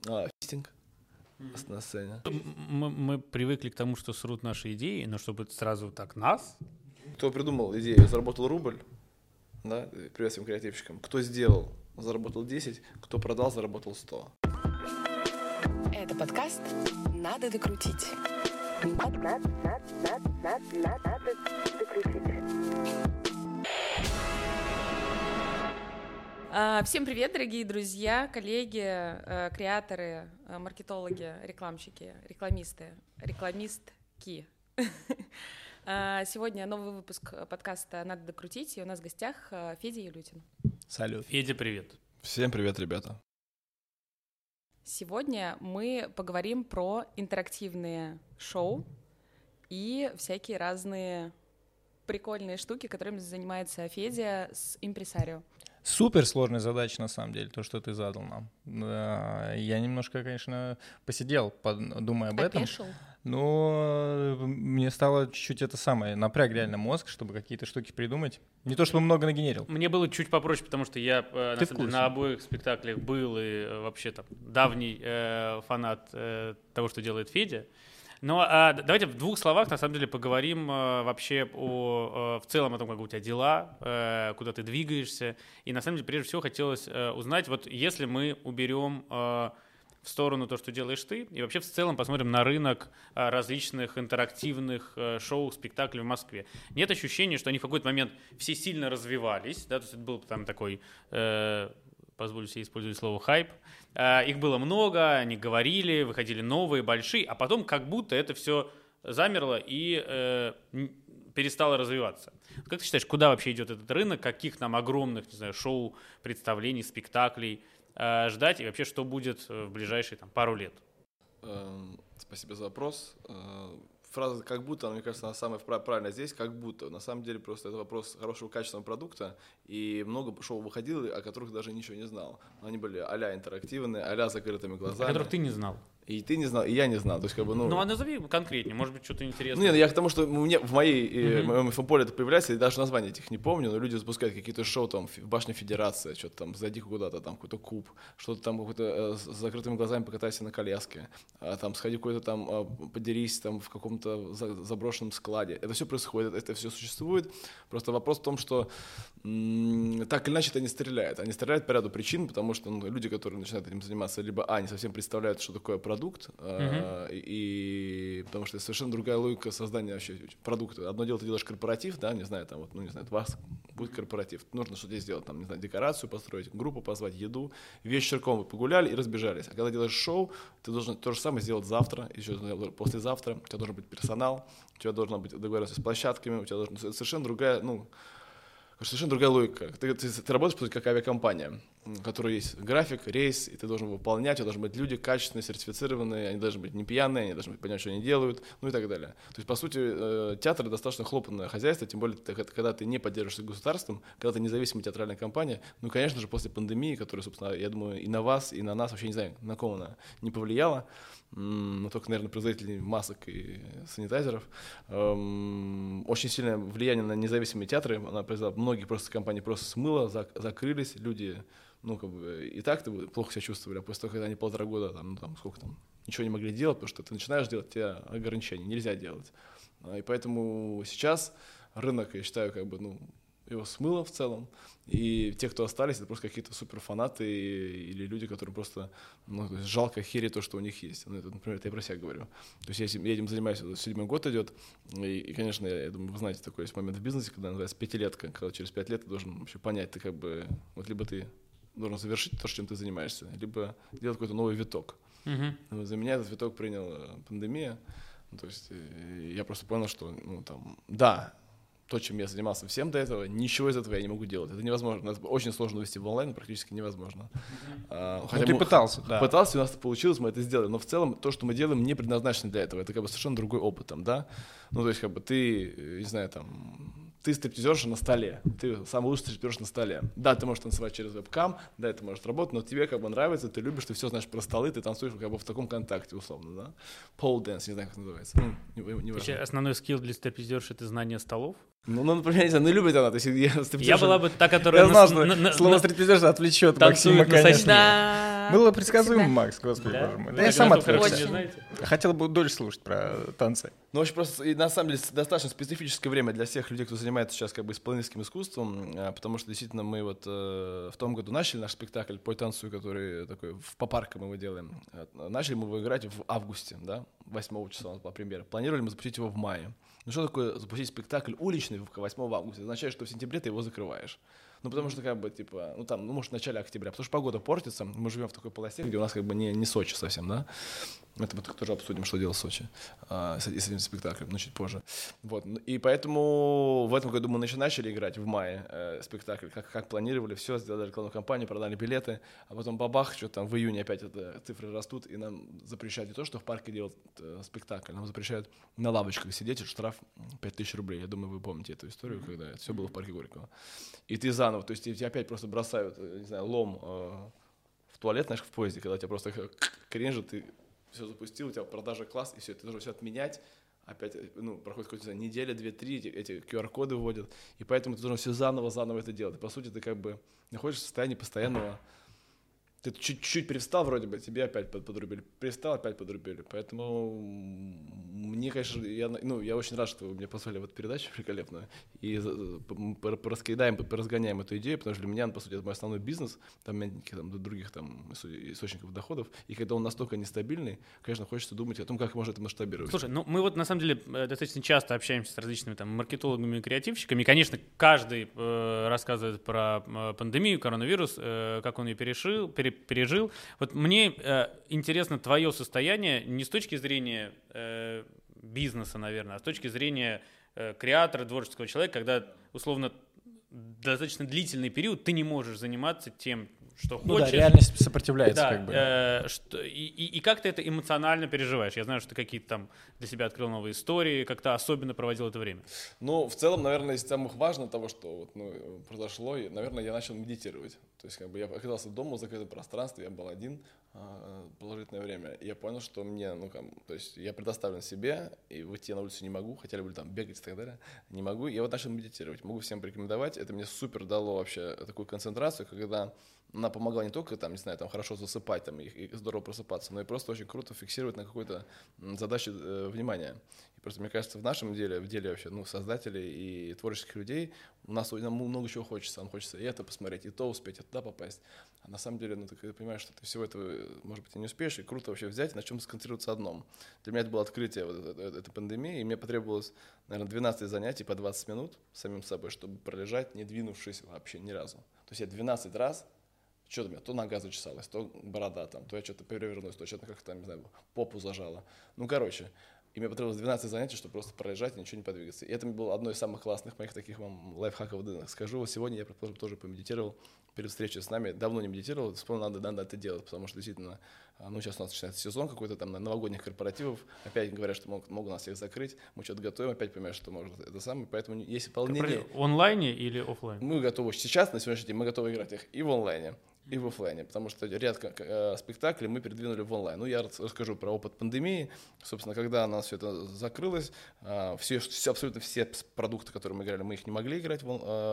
Фистинг на сцене. Мы привыкли к тому, что срут наши идеи, но чтобы сразу так нас... Кто придумал идею, заработал рубль, да, привет всем креативщикам. Кто сделал, заработал 10, кто продал, заработал 100. Это подкаст «Надо докрутить». Надо докрутить. Всем привет, дорогие друзья, коллеги, креаторы, маркетологи, рекламщики, рекламисты, рекламистки. Сегодня новый выпуск подкаста «Надо докрутить», и у нас в гостях Федя Юлютин. Салют. Федя, привет. Всем привет, ребята. Сегодня мы поговорим про интерактивные шоу и всякие разные прикольные штуки, которыми занимается Федя с импресарио. Супер сложная задача, на самом деле, то, что ты задал нам. Я немножко, конечно, посидел, думая об этом. Но мне стало чуть-чуть это самое, напряг реально мозг, чтобы какие-то штуки придумать. Не то, чтобы много нагенерил. Мне было чуть попроще, потому что я на обоих спектаклях был и вообще там давний фанат того, что делает Федя. Но давайте в двух словах, на самом деле, поговорим вообще в целом о том, как у тебя дела, куда ты двигаешься. И на самом деле, прежде всего, хотелось узнать, вот если мы уберем в сторону то, что делаешь ты, и вообще в целом посмотрим на рынок различных интерактивных шоу, спектаклей в Москве. Нет ощущения, что они в какой-то момент все сильно развивались, да, то есть это был там такой... позволю себе использовать слово «хайп». Их было много, они говорили, выходили новые, большие, а потом как будто это все замерло и перестало развиваться. Как ты считаешь, куда вообще идет этот рынок, каких нам огромных, не знаю, шоу, представлений, спектаклей ждать, и вообще что будет в ближайшие пару лет? Спасибо за вопрос. Фраза «как будто», мне кажется, она самая правильная здесь, как будто. На самом деле просто это вопрос хорошего качественного продукта, и много шоу выходило, о которых даже ничего не знал. Они были а-ля интерактивные, а-ля закрытыми глазами. О которых ты не знал. И ты не знал, и я не знал. То есть, Ну, а назови конкретнее, может быть, что-то интересное. Нет, я к тому, что в моем инфополе это появляется, и даже названия этих не помню, но люди запускают какие-то шоу, там, в Башня Федерации, что-то там, зайди куда-то, там, какой-то куб, что-то там, какой-то с закрытыми глазами покатайся на коляске, там, сходи какой-то там, подерись там в каком-то заброшенном складе. Это все происходит, это все существует. Просто вопрос в том, что так или иначе это не стреляет. Они стреляют по ряду причин, потому что люди, которые начинают этим заниматься, либо не совсем представляют, что такое продукт, и потому что это совершенно другая логика создания вообще продукта. Одно дело, ты делаешь корпоратив, да, не знаю, там вот, ну не знаю, у вас будет корпоратив, нужно что-то сделать, там, не знаю, декорацию построить, группу позвать, еду, вечерком вы погуляли и разбежались. А когда делаешь шоу, ты должен то же самое сделать завтра, еще послезавтра, у тебя должен быть персонал, у тебя должна быть договоренность с площадками, у тебя должна совершенно другая, совершенно другая логика. Ты работаешь, по сути, как авиакомпания, у которой есть график, рейс, и ты должен выполнять, у тебя должны быть люди качественные, сертифицированные, они должны быть не пьяные, они должны понимать, что они делают, ну и так далее. То есть, по сути, театр — это достаточно хлопотное хозяйство, тем более, когда ты не поддерживаешься государством, когда ты независимая театральная компания, ну, конечно же, после пандемии, которая, собственно, я думаю, и на вас, и на нас, вообще не знаю, на кого она не повлияла, но только, наверное, производителей масок и санитайзеров. Очень сильное влияние на независимые театры она произвела. Многие просто компании просто смыло, закрылись, люди, и так-то плохо себя чувствовали, а после того, когда они 1,5 года, ничего не могли делать, потому что ты начинаешь делать, у тебя ограничения, нельзя делать. И поэтому сейчас рынок, я считаю, его смыло в целом, и те, кто остались, это просто какие-то суперфанаты или люди, которые просто, жалко хери то, что у них есть. Например, это я про себя говорю. То есть я этим занимаюсь, 7-й год идет, и, конечно, я думаю, вы знаете, такой есть момент в бизнесе, когда называется пятилетка, когда через 5 лет ты должен вообще понять, ты либо ты должен завершить то, чем ты занимаешься, либо делать какой-то новый виток. За меня этот виток приняла пандемия, то есть я просто понял, что, то, чем я занимался всем до этого, ничего из этого я не могу делать. Это невозможно. Это очень сложно вести в онлайн, практически невозможно. Хотя ты пытался, да. Пытался, у нас это получилось, мы это сделали. Но в целом то, что мы делаем, не предназначено для этого. Это совершенно другой опыт, да. То есть ты, не знаю, ты стриптизерша на столе, ты самый лучший стриптизерша на столе. Да, ты можешь танцевать через вебкам, да, это может работать, но тебе нравится, ты любишь, ты все знаешь про столы, ты танцуешь в таком контакте, условно, да. Pole dance, не знаю, как это называется. Вообще, основной скилл для стриптизерши — это знание столов? Например, не знаю, любит она. То есть я была бы та, которая... Я знал, что слово стриптизерша отвлечет Максима, конечно. Было предсказуемо, Макс, господи, боже мой. Да я сам отвлекся. Хотел бы дольше слушать про танцы. Ну, вообще просто, и на самом деле, достаточно специфическое время для всех людей, кто занимается сейчас как бы исполнительским искусством, потому что действительно мы вот в том году начали наш спектакль «Пой, танцуй», который такой по паркам мы его делаем. Начали мы его играть в августе, да, 8 числа у нас была премьера. Планировали мы запустить его в мае. Ну что такое запустить спектакль уличный 8 августа? Это означает, что в сентябре ты его закрываешь. Ну, потому что, как бы, типа, ну, там, ну, может, в начале октября, потому что погода портится, мы живем в такой полосе, где у нас, как бы, не Сочи совсем, да? Это мы тоже обсудим, что делать в Сочи с этим спектаклем, но чуть позже. Вот, и поэтому в этом году мы начали играть в мае спектакль, как планировали, все, сделали рекламную кампанию, продали билеты, а потом бабах, что там в июне опять цифры растут, и нам запрещают не то, что в парке делать спектакль, нам запрещают на лавочках сидеть, штраф 5000 рублей. Я думаю, вы помните эту историю, когда это все было в парке Горького. И ты заново, то есть тебя опять просто бросают, не знаю, лом в туалет, знаешь, в поезде, когда тебя просто кринжит, ты все запустил, у тебя продажа класс, и все, ты должен все отменять, опять, ну, проходит какая-то неделя, 2-3, эти QR-коды вводят, и поэтому ты должен все заново это делать. И, по сути, ты как бы находишься в состоянии постоянного. Ты чуть-чуть привстал, вроде бы, тебе опять подрубили. Привстал, опять подрубили. Поэтому мне, конечно, я очень рад, что вы мне позвали в эту передачу великолепную. И поразгоняем эту идею, потому что для меня, по сути, это мой основной бизнес. Там нет никаких других источников доходов. И когда он настолько нестабильный, конечно, хочется думать о том, как можно это масштабировать. Слушай, ну мы вот на самом деле достаточно часто общаемся с различными там маркетологами и креативщиками. И, конечно, каждый рассказывает про пандемию, коронавирус, как он ее пережил. Вот мне интересно твое состояние не с точки зрения бизнеса, наверное, а с точки зрения креатора, творческого человека, когда, условно, достаточно длительный период ты не можешь заниматься тем, что хочешь. Да, реальность сопротивляется, да, как бы. И как ты это эмоционально переживаешь? Я знаю, что ты какие-то там для себя открыл новые истории, как ты особенно проводил это время. Ну, в целом, наверное, из самых важных того, что произошло, наверное, я начал медитировать. То есть, как бы я оказался дома в закрытом пространстве, я был один положительное время. И я понял, что мне, то есть я предоставлен себе, и выйти на улицу не могу, хотя люблю там бегать и так далее, не могу. И я вот начал медитировать. Могу всем порекомендовать. Это мне супер дало вообще такую концентрацию, когда она помогла не только, там, не знаю, там, хорошо засыпать там, и здорово просыпаться, но и просто очень круто фиксировать на какой-то задаче внимание. И просто, мне кажется, в нашем деле, в деле вообще, создателей и творческих людей, нам много чего хочется. Нам хочется и это посмотреть, и то успеть, и туда попасть. А на самом деле, ты понимаешь, что ты всего этого, может быть, и не успеешь, и круто вообще взять и на чем сконцентрироваться одном. Для меня это было открытие этой пандемии, и мне потребовалось, наверное, 12 занятий по 20 минут самим собой, чтобы пролежать, не двинувшись вообще ни разу. То есть я 12 раз что-то у меня, то нога зачесалась, то борода там, то я что-то перевернулась, то что-то как-то там, не знаю, попу зажала. И мне потребовалось 12 занятий, чтобы просто пролежать и ничего не подвигаться. И это было одно из самых классных моих таких вам лайфхаков. Скажу, вот сегодня я, предположим, тоже помедитировал перед встречей с нами. Давно не медитировал, вспомнил, надо это делать, потому что действительно, сейчас у нас начинается сезон какой-то там новогодних корпоративов. Опять говорят, что могут нас всех закрыть. Мы что-то готовим, опять понимаем, что может это самое. Поэтому есть волнение. В онлайне или офлайн? Мы готовы сейчас, на сегодняшний день, мы готовы играть их и в онлайне, и в офлайне, потому что ряд спектаклей мы передвинули в онлайн. Я расскажу про опыт пандемии. Собственно, когда у нас все это закрылось, абсолютно все продукты, которые мы играли, мы их не могли играть,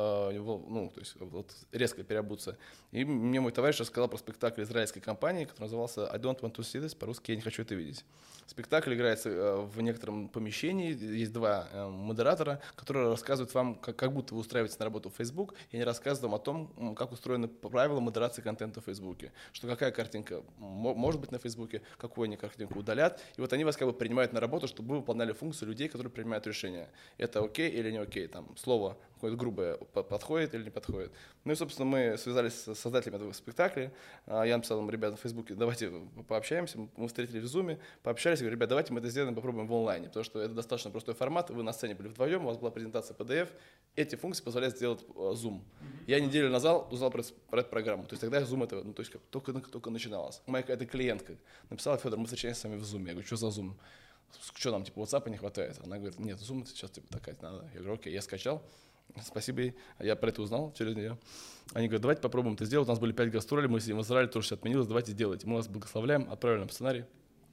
то есть резко переобуться. И мне мой товарищ рассказал про спектакль израильской компании, который назывался «I don't want to see this», по-русски «Я не хочу это видеть». Спектакль играется в некотором помещении, есть два модератора, которые рассказывают вам, как будто вы устраиваетесь на работу в Facebook, и они рассказывают вам о том, как устроены правила модерации контента в Фейсбуке, что какая картинка может быть на Фейсбуке, какую они картинку удалят, и вот они вас как бы принимают на работу, чтобы вы выполняли функцию людей, которые принимают решения. Это окей или не окей, там слово какое-то грубое подходит или не подходит. Ну и, собственно, мы связались с создателями этого спектакля, я написал им: ребята, в Фейсбуке, давайте пообщаемся, мы встретились в Зуме, пообщались, говорю: ребята, давайте мы это сделаем, попробуем в онлайне, потому что это достаточно простой формат, вы на сцене были вдвоем, у вас была презентация PDF, эти функции позволяют сделать Zoom. Я неделю назад узнал про эту программу, то есть тогда Zoom это, только начиналось. Моя какая-то клиентка написала: Федор, мы встречаемся с вами в Zoom. Я говорю: что за Zoom? Что нам, WhatsApp не хватает? Она говорит: нет, Zoom сейчас такая надо. Я говорю: окей, я скачал. Спасибо ей. Я про это узнал через нее. Они говорят: давайте попробуем это сделать. У нас были 5 гастролей, мы сидим в Израиле, тоже все отменилось, давайте сделайте. Мы вас благословляем, отправили нам сценарий.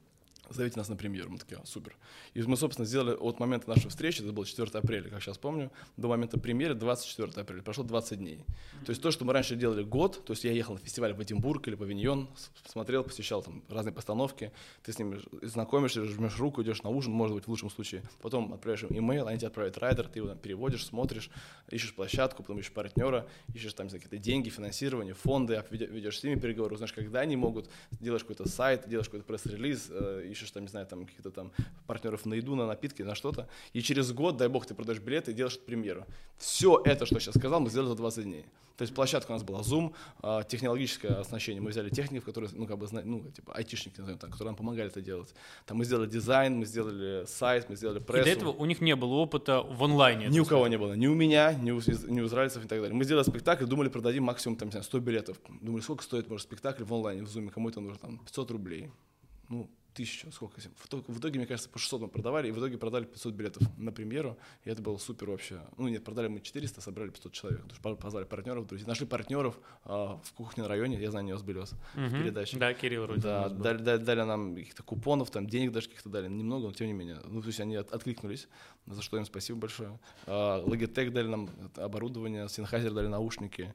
зовите нас на премьеру. Мы такие, супер. И мы, собственно, сделали от момента нашей встречи, это было 4 апреля, как сейчас помню, до момента премьеры 24 апреля. Прошло 20 дней. То есть то, что мы раньше делали год, то есть я ехал на фестиваль в Эдинбург или Павиньон, смотрел, посещал там разные постановки, ты с ними знакомишься, жмешь руку, идешь на ужин, может быть, в лучшем случае. Потом отправляешь им имейл, они тебе отправляют райдер, ты его там переводишь, смотришь, ищешь площадку, потом ищешь партнера, ищешь там какие-то деньги, финансирование, фонды, ведешь с ними переговоры, узнаешь, когда они могут, делаешь какой-то сайт, делаешь какой-то пресс-релиз, ищешь там, не знаю, там каких-то там партнеров на еду, на напитки, на что-то. И через год, дай бог, ты продаешь билеты и делаешь премьеру. Все это, что я сейчас сказал, мы сделали за 20 дней. То есть площадка у нас была Zoom, технологическое оснащение. Мы взяли техников, которые, типа айтишники, назовем так, которые нам помогали это делать. Там мы сделали дизайн, мы сделали сайт, мы сделали прессу. И до этого у них не было опыта в онлайне? Ни у кого не было. Ни у меня, ни у израильцев и так далее. Мы сделали спектакль, думали, продадим максимум там, 100 билетов. Думали, сколько стоит, может, спектакль в онлайне, в Zoom, кому это нужно, там, 500 рублей. 1000, сколько? В итоге, мне кажется, по 600 мы продавали, и в итоге продали 500 билетов на премьеру, и это было супер вообще. Продали мы 400, собрали 500 человек, потому что позвали партнеров, друзей. Нашли партнеров в кухне на районе, я знаю, не Белёс, в передаче. Да, Кирилл Рудин. Да, дали нам каких-то купонов, там денег даже каких-то дали, немного, но тем не менее. То есть они откликнулись, за что им спасибо большое. Logitech дали нам оборудование, Sennheiser дали наушники.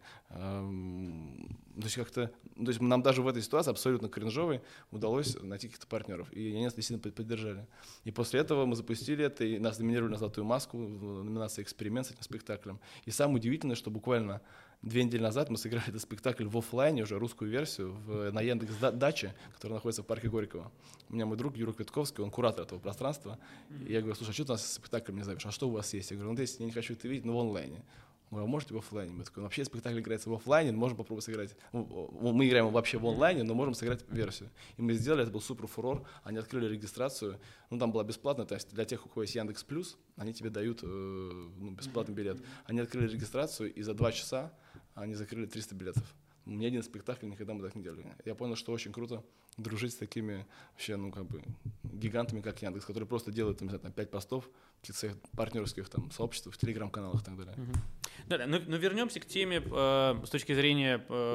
То есть нам даже в этой ситуации абсолютно кринжовой удалось найти каких-то партнеров. И они нас действительно поддержали. И после этого мы запустили это, и нас номинировали на «Золотую маску» в номинации «Эксперимент» с этим спектаклем. И самое удивительное, что буквально 2 недели назад мы сыграли этот спектакль в офлайне, уже русскую версию, на Яндекс.Даче, которая находится в парке Горького. У меня мой друг Юра Квитковский, он куратор этого пространства. И я говорю, слушай, а что ты нас спектакль не зовешь? А что у вас есть? Я говорю, здесь я не хочу это видеть, но в онлайне. А можете в офлайне? Мы такой, вообще спектакль играется в офлайне, можем попробовать сыграть. Мы играем вообще в онлайне, но можем сыграть версию. И мы сделали, это был супер фурор. Они открыли регистрацию, там была бесплатная, то есть для тех, у кого есть Яндекс.Плюс, они тебе дают бесплатный билет. Они открыли регистрацию, и за 2 часа они закрыли 300 билетов. Ни один спектакль никогда мы так не делали. Я понял, что очень круто дружить с такими вообще, гигантами, как Яндекс, которые просто делают, 5 постов в каких-то своих партнерских сообществах, телеграм-каналах и так далее. Да, но вернемся к теме с точки зрения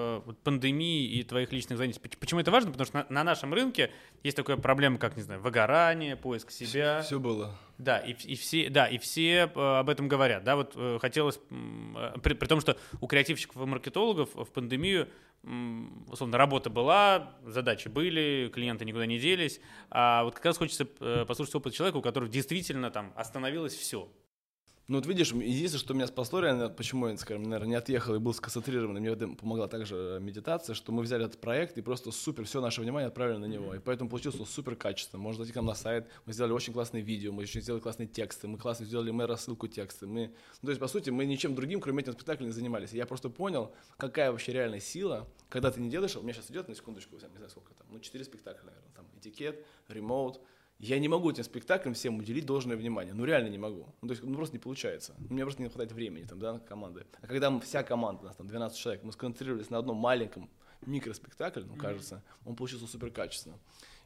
пандемии и твоих личных занятий. Почему это важно? Потому что на нашем рынке есть такая проблема, как, выгорание, поиск себя. Все было. Да, и все об этом говорят. Да, хотелось, при том, что у креативщиков и маркетологов в пандемию, условно, работа была, задачи были, клиенты никуда не делись. А как раз хочется послушать опыт человека, у которого действительно остановилось все. Видишь, единственное, что меня спасло, реально, почему я, наверное, не отъехал и был сконцентрирован, и мне помогла также медитация, что мы взяли этот проект и просто супер все наше внимание отправили на него. И поэтому получилось супер качественно. Можно зайти к нам на сайт, мы сделали очень классные видео, мы еще сделали классные тексты, мы классно сделали рассылку тексты. То есть, по сути, мы ничем другим, кроме этого спектакля, не занимались. И я просто понял, какая вообще реальная сила, когда ты не делаешь, у меня сейчас идет, на секундочку, не знаю сколько там, 4 спектакля, наверное, этикет, ремоут. Я не могу этим спектаклям всем уделить должное внимание. Реально не могу. Просто не получается. У меня просто не хватает времени, команды. А когда вся команда, у нас 12 человек, мы сконцентрировались на одном маленьком микроспектакле, кажется, он получился супер качественно.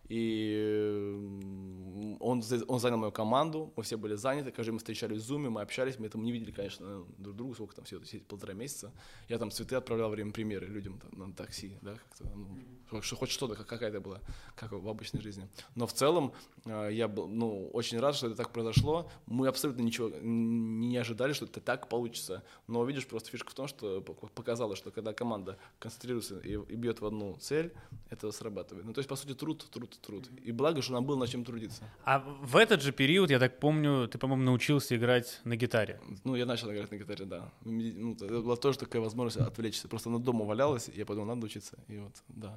И он занял мою команду, мы все были заняты, каждый мы встречались в Zoom, мы общались, мы не видели, конечно, друг друга, сколько там все это сидеть, 1,5 месяца. Я цветы отправлял во время премьеры людям на такси, да, хоть что-то, какая-то была, как в обычной жизни. Но в целом я был очень рад, что это так произошло. Мы абсолютно ничего не ожидали, что это так получится. Но видишь, просто фишка в том, что показалось, что когда команда концентрируется и бьет в одну цель, это срабатывает. То есть, по сути, труд. И благо, что нам было над чем трудиться. А в этот же период, я так помню, ты, по-моему, научился играть на гитаре. Я начал играть на гитаре, да. Это была тоже такая возможность отвлечься. Просто она дома валялась, и я подумал, надо учиться. И да.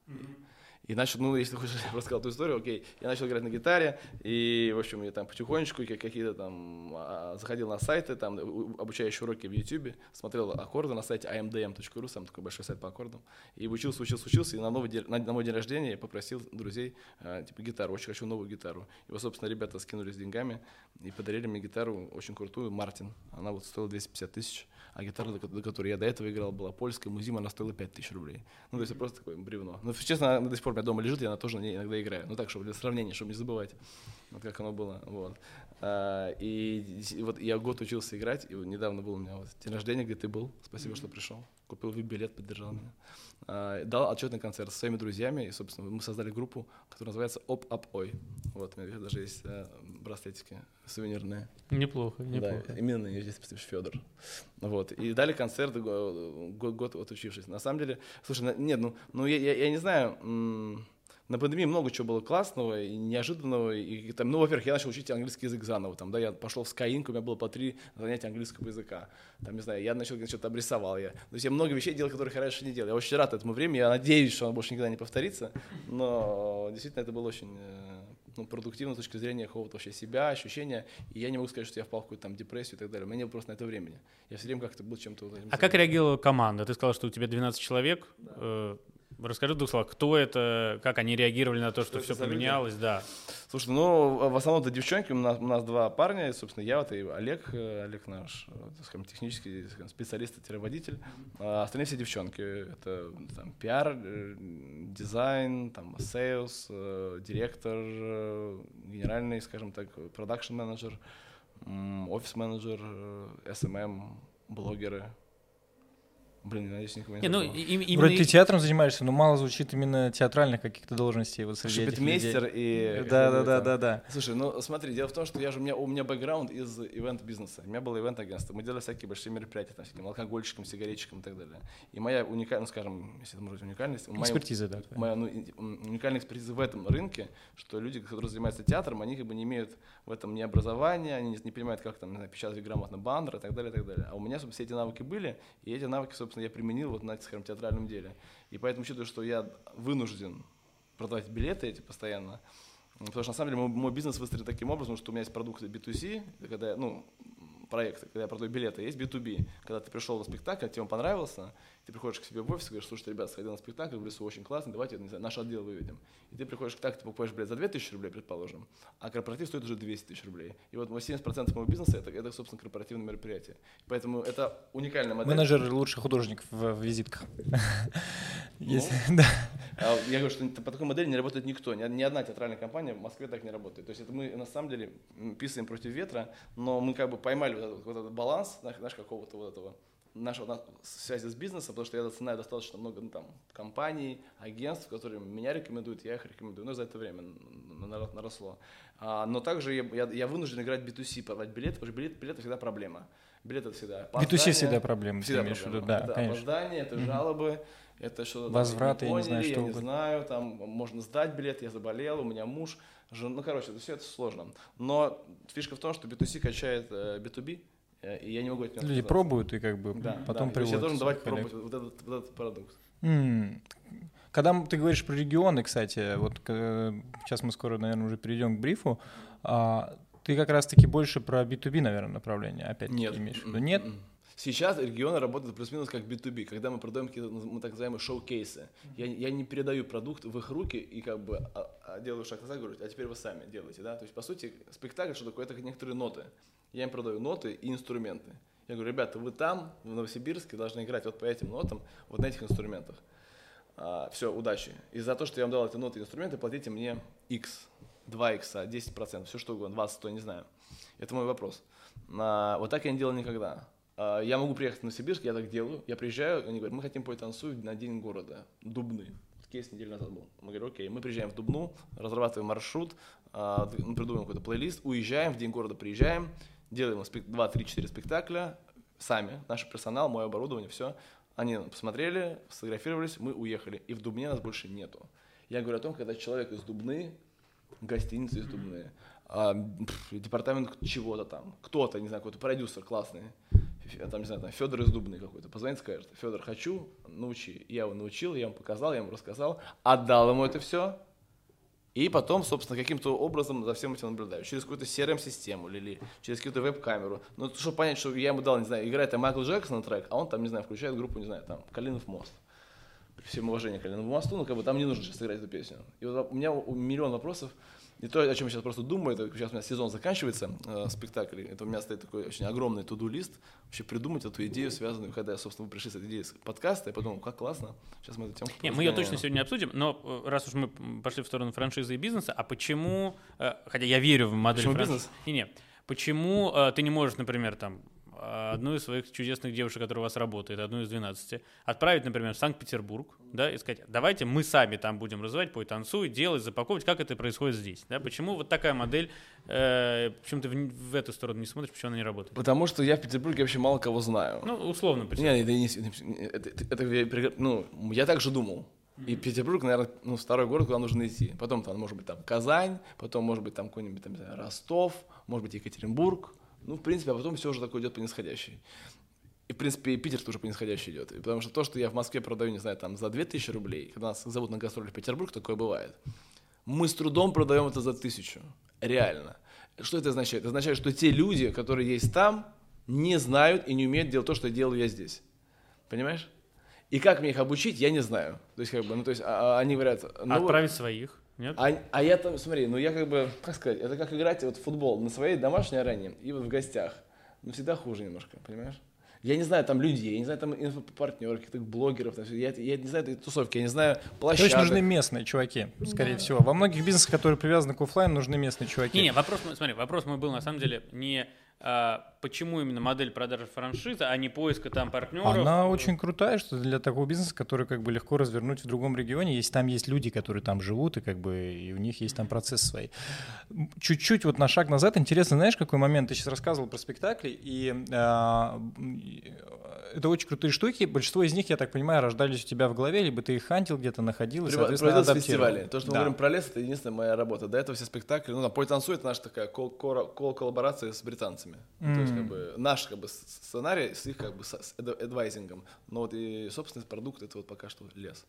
И начал, если хочешь, я рассказал эту историю, окей. Я начал играть на гитаре, и, в общем, я потихонечку какие-то заходил на сайты, обучающие уроки в YouTube, смотрел аккорды на сайте imdm.ru, самый такой большой сайт по аккордам, и учился, и на мой день рождения я попросил друзей, гитару, очень хочу новую гитару. И, собственно, ребята скинулись деньгами и подарили мне гитару очень крутую, Мартин. Она стоила 250 тысяч, а гитара, до которой я до этого играл, была польская, Музим, она стоила 5000 рублей. То есть просто такое бревно. Но, честно, она до сих пор у меня дома лежит, я тоже на ней иногда играю. Так, чтобы для сравнения, чтобы не забывать, как оно было. И я год учился играть, и недавно был у меня день рождения, где ты был. Спасибо, что пришел. купил VIP-билет, поддержал меня. Дал отчетный концерт со своими друзьями, и, собственно, мы создали группу, которая называется Оп-Ап-Ой. Вот, у меня даже есть браслетики сувенирные. Неплохо. Да, именно здесь Федор. Вот, и дали концерт год отучившись. На самом деле, слушай, нет, я не знаю... На пандемии много чего было классного и неожиданного. И, там, во-первых, я начал учить английский язык заново. Там, да, я пошел в Skyeng, у меня было по 3 занятия английского языка. Там, не знаю, я начал что-то обрисовал. То есть я много вещей делал, которых я раньше не делал. Я очень рад этому времени. Я надеюсь, что оно больше никогда не повторится. Но действительно это было очень продуктивно с точки зрения какого-то вообще себя, ощущения. И я не могу сказать, что я впал в какую-то там депрессию и так далее. У меня не было просто на это времени. Я все время как-то был чем-то... А как реагировала команда? Ты сказал, что у тебя 12 человек. Да. Расскажи в 2 словах, кто это, как они реагировали на то, что все поменялось, да. Слушай, в основном это девчонки, у нас 2 парня, и, собственно, я и Олег наш, скажем, технический специалист-водитель, а остальные все девчонки, это там, пиар, дизайн, там, сейлс, директор, генеральный, скажем так, продакшн-менеджер, офис-менеджер, SMM, блогеры. Блин, надеюсь, никого не забыл. Вроде ты театром занимаешься, но мало звучит именно театральных каких-то должностей вот среди этих людей. Шипетмейстер и... Да. Слушай, у меня в том, что у меня бэкграунд из ивент-бизнеса. У меня было ивент-агентство. Мы делали всякие большие мероприятия, там, всяким алкогольщикам, сигаретчикам и так далее. И моя уникальность, скажем, если это может быть уникальность... Экспертиза, да. Моя уникальная экспертиза в этом рынке, что люди, которые занимаются театром, они как бы не имеют в этом ни образования, они не понимают, как там, не знаю, печатать грамотно баннер и так далее, и так далее. А у меня, собственно, все эти навыки были, и эти навыки, собственно, я применил вот на, скажем, театральном деле. И поэтому считаю, что я вынужден продавать билеты эти постоянно, потому что на самом деле мой бизнес выстроен таким образом, что у меня есть продукты B2C, когда, проекты, когда я продаю билеты, есть B2B, когда ты пришел на спектакль, тебе он понравился, ты приходишь к себе в офис и говоришь, слушай, ребят, сходил на спектакль, в лесу очень классный, давайте, не знаю, наш отдел выведем. И ты приходишь так, ты покупаешь билет за 2000 рублей, предположим, а корпоратив стоит уже 200 тысяч рублей. И вот 70% моего бизнеса это, собственно, корпоративное мероприятие. Поэтому это уникальная модель. Менеджер лучший художник в визитках. Я говорю, что по такой модели не работает никто, ни одна театральная компания в Москве так не работает. То есть это мы на самом деле писаем против ветра, но мы как бы поймали вот этот баланс, наш какого-то вот этого нашего связи с бизнесом, потому что я знаю достаточно много компаний, агентств, которые меня рекомендуют, я их рекомендую, но за это время наросло. Но также я вынужден играть B2C, продавать билеты, потому что билеты всегда проблема. Билет это всегда опоздание. B2C всегда проблема, всегда проблема. Да, это конечно. Опоздание, это жалобы, это что-то возвраты, я не знаю, там можно сдать билет, я заболел, у меня муж, это все это сложно. Но фишка в том, что B2C качает B2B, и я не могу от него люди пробуют и как бы потом приводят. Я должен давать пробовать вот этот продукт. Когда ты говоришь про регионы, кстати, вот сейчас мы скоро, наверное, уже перейдем к брифу, ты как раз-таки больше про B2B, наверное, направление опять-таки имеешь в виду? Нет? Сейчас регионы работают плюс-минус как B2B, когда мы продаем какие-то, мы так называемые шоу-кейсы. Я не передаю продукт в их руки и как бы делаю шаг назад, говорю, а теперь вы сами делаете, да? То есть, по сути, спектакль, что такое? Это некоторые ноты. Я им продаю ноты и инструменты. Я говорю, ребята, вы там, в Новосибирске, должны играть вот по этим нотам, вот на этих инструментах. Все, удачи. И за то, что я вам дал эти ноты и инструменты, платите мне X, 2X, 10%, все что угодно, 20, 100, не знаю. Это мой вопрос. Вот так я не делал никогда. Я могу приехать в Новосибирск, я так делаю. Я приезжаю, они говорят, мы хотим пойти танцуем на день города, Дубны. Кейс неделю назад был. Мы говорим, окей, мы приезжаем в Дубну, разрабатываем маршрут, придумаем какой-то плейлист, уезжаем, в день города приезжаем, делаем 2, 3, 4 спектакля сами, наш персонал, мое оборудование, все. Они посмотрели, сфотографировались, мы уехали. И в Дубне нас больше нету. Я говорю о том, когда человек из Дубны, гостиница из Дубны, департамент чего-то там, кто-то, не знаю, какой-то продюсер классный, там, не знаю, там, Федор из Дубны какой-то, позвонит, скажет, Федор, хочу, научи. Я его научил, я ему показал, я ему рассказал, отдал ему это все. И потом, собственно, каким-то образом за всем этим наблюдаю. Через какую-то CRM-систему или через какую-то веб-камеру. Ну, чтобы понять, что я ему дал, не знаю, играет там Майкл Джексон на трек, а он там, не знаю, включает группу, не знаю, там, Калинов мост. При всем уважении к Калинову мосту, но как бы там не нужно сейчас играть эту песню. И вот у меня миллион вопросов. И то, о чем я сейчас просто думаю, это сейчас у меня сезон заканчивается, спектакль, это у меня стоит такой очень огромный to-do-лист, вообще придумать эту идею, связанную, когда, собственно, вы пришли с этой идеей подкаста, я подумал, как классно, сейчас мы эту тему... Нет, мы ее точно сегодня обсудим, но раз уж мы пошли в сторону франшизы и бизнеса, а почему, хотя я верю в модель франшизы... Почему ты не можешь, например, там, одну из своих чудесных девушек, которая у вас работает, одну из 12, отправить, например, в Санкт-Петербург, да, и сказать, давайте мы сами там будем развивать, пой, танцуй, делать, запаковывать, как это происходит здесь, да, почему вот такая модель, почему ты в эту сторону не смотришь, почему она не работает? Потому что я в Петербурге вообще мало кого знаю. Ну, условно. Я так же думал. И Петербург, наверное, второй город, куда нужно идти. Потом, там, может быть, там Казань, потом, может быть, там какой-нибудь там, Ростов, может быть, Екатеринбург. Ну, в принципе, а потом все уже такое идет по нисходящей. И, в принципе, и Питер тоже по нисходящей идет. Потому что то, что я в Москве продаю, не знаю, там, за 2000 рублей, когда нас зовут на гастроли в Петербург, такое бывает. Мы с трудом продаем это за 1000. Реально. Что это означает? Это означает, что те люди, которые есть там, не знают и не умеют делать то, что делаю я здесь. Понимаешь? И как мне их обучить, я не знаю. То есть, как бы, ну, то есть, они говорят... Ну, отправить своих, нет? А я там, смотри, ну, я как бы, как сказать, это как играть вот в футбол на своей домашней арене и вот в гостях. Ну, всегда хуже немножко, понимаешь? Я не знаю там людей, я не знаю там инфопартнеров, каких-то блогеров, там, я не знаю этой тусовки, я не знаю площадок. Короче, нужны местные чуваки, скорее всего. Во многих бизнесах, которые привязаны к офлайн, нужны местные чуваки. Не, вопрос мой был на самом деле не... почему именно модель продажи франшизы, а не поиска там партнеров? Она очень крутая, что для такого бизнеса, который как бы легко развернуть в другом регионе, если там есть люди, которые там живут, и как бы и у них есть там процесс свой. Чуть-чуть вот на шаг назад, интересно, знаешь, какой момент? Ты сейчас рассказывал про спектакли, и это очень крутые штуки. Большинство из них, я так понимаю, рождались у тебя в голове, либо ты их хантил где-то, находил и, соответственно, адаптировал. Фестивали. То, что мы говорим про лес, это единственная моя работа. До этого все спектакли, ну, «Пой, танцуй» — это наша такая коллаборация с британцами. То есть, как бы, наш как бы сценарий с их как бы с адвайзингом. Но вот и собственный продукт — это вот пока что лес.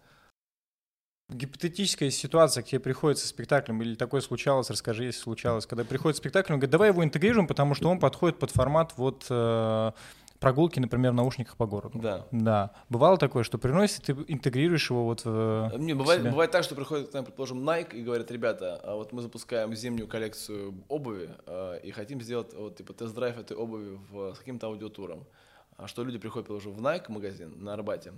Гипотетическая ситуация, к тебе приходит со спектаклем, или такое случалось, расскажи, если случалось, когда приходит спектакль, он говорит, давай его интегрируем, потому что он подходит под формат вот прогулки, например, в наушниках по городу. Да. Бывало такое, что приносит, ты интегрируешь его вот в Не, бывает так, что приходит, предположим, Nike и говорит, ребята, вот мы запускаем зимнюю коллекцию обуви и хотим сделать вот, типа, тест-драйв этой обуви с каким-то аудиотуром. Что люди приходят уже в Nike магазин на Арбате,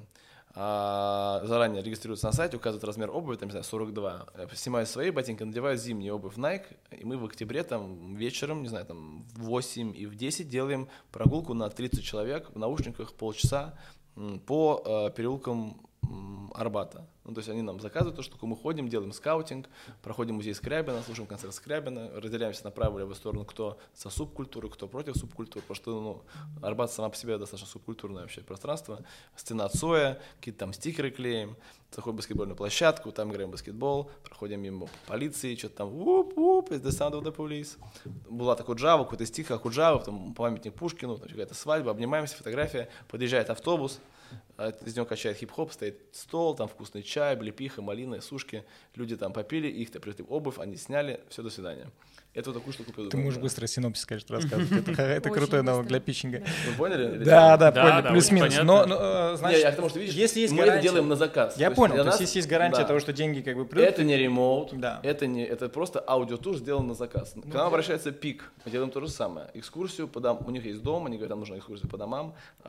заранее регистрируются на сайте, указывают размер обуви, там, не знаю, 42, снимают свои ботинки, надевают зимнюю обувь Nike, и мы в октябре там вечером, не знаю, там в 8 и в 10 делаем прогулку на 30 человек в наушниках полчаса по переулкам Арбата. Ну, то есть они нам заказывают эту штуку, мы ходим, делаем скаутинг, проходим музей Скрябина, слушаем концерт Скрябина, разделяемся направо и левую сторону, кто за субкультуру, кто против субкультуры, потому что Арбат сама по себе достаточно субкультурное вообще пространство, стена Цоя, какие-то там стикеры клеим, заходим в баскетбольную площадку, там играем в баскетбол, проходим мимо полиции, что-то там whoop, it's the sound of the police. Была такой Джава, какой-то стих, как у Джавы, там памятник Пушкину, там какая-то свадьба, обнимаемся, фотография, подъезжает автобус, из него качает хип-хоп, стоит стол, там вкусный чай, облепиха, малина, сушки. Люди там попили, их-то привезли обувь, они сняли, все, до свидания. Это вот такую штуку придумали. Ты можешь быстро синопсис, конечно, рассказывать. Это крутой навык для питчинга. Вы поняли? Да, поняли, плюс-минус. Но, значит, я к тому, что, видишь, если есть мы это делаем на заказ. Я понял, то есть если есть гарантия того, что деньги как бы придут. Это не ремоут, это просто аудиотур сделан на заказ. К нам обращается ПИК, мы делаем то же самое. Экскурсию по домам, у них есть дом, они говорят, нам нужна экскурсия по домам,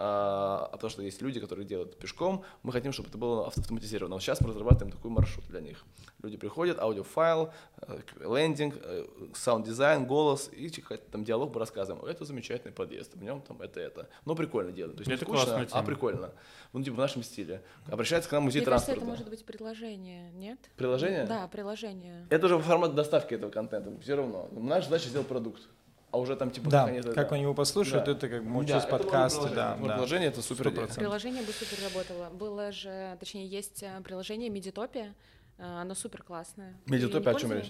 потому что есть люди, которые делают пешком, мы хотим, чтобы это было автоматизировано. Вот сейчас мы разрабатываем такой маршрут для них. Люди приходят, аудиофайл, лендинг, саунд-дизайн, голос, и там диалог по рассказам. Это замечательный подъезд, в нем там это. Но прикольно делать. То есть это не скучно, а прикольно. Ну, типа в нашем стиле. Обращается к нам музей транспорта. Мне кажется, это может быть приложение, нет? Приложение? Да, приложение. Это уже формат доставки этого контента, все равно. Наша задача сделать продукт. А уже там типа... Да, как они его послушают, это как бы через подкасты. Приложение это супер. Приложение бы супер работало. Было же, точнее, есть приложение Медитопия. Оно супер классное. Медитопия, о чем речь?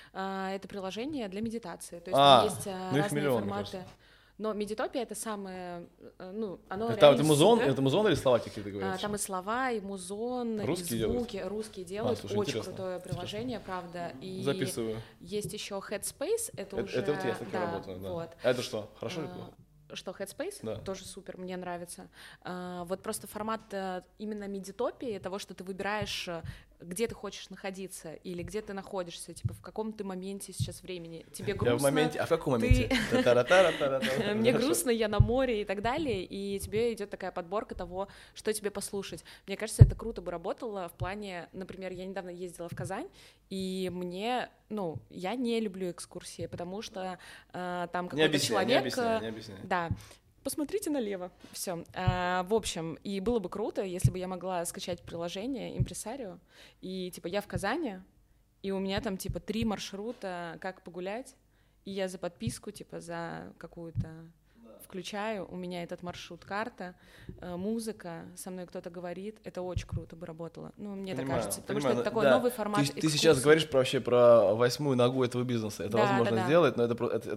Это приложение для медитации. То есть там есть разные форматы. Но Медитопия — это самое, оно это музон или слова какие-то говорят? Там и слова, и музон, русские и звуки. Делают? Русские делают. Слушай, очень интересно. крутое приложение, правда. И записываю. есть еще Headspace. Это вот я с такой работаю, да. Вот. А это что, хорошо или плохо? Что, Headspace? Да. Тоже супер, мне нравится. Вот просто формат именно медитопии, того, что ты выбираешь, где ты хочешь находиться, или где ты находишься, типа, в каком ты моменте сейчас времени. Тебе грустно. Я в моменте, а в каком моменте? Мне грустно, я на море и так далее, и тебе идет такая подборка того, что тебе послушать. Мне кажется, это круто бы работало в плане, например, я недавно ездила в Казань, и мне, я не люблю экскурсии, потому что там какой-то человек... Не объясняй. Да, посмотрите налево. Все. В общем, и было бы круто, если бы я могла скачать приложение Impresario, и, типа, я в Казани, и у меня там, типа, 3 маршрута, как погулять, и я за подписку, типа, за какую-то включаю, у меня этот маршрут, карта, музыка, со мной кто-то говорит, это очень круто бы работало. Ну, мне так кажется, потому что это такой новый формат. Ты сейчас говоришь вообще про 8-ю ногу этого бизнеса. Это возможно сделать, но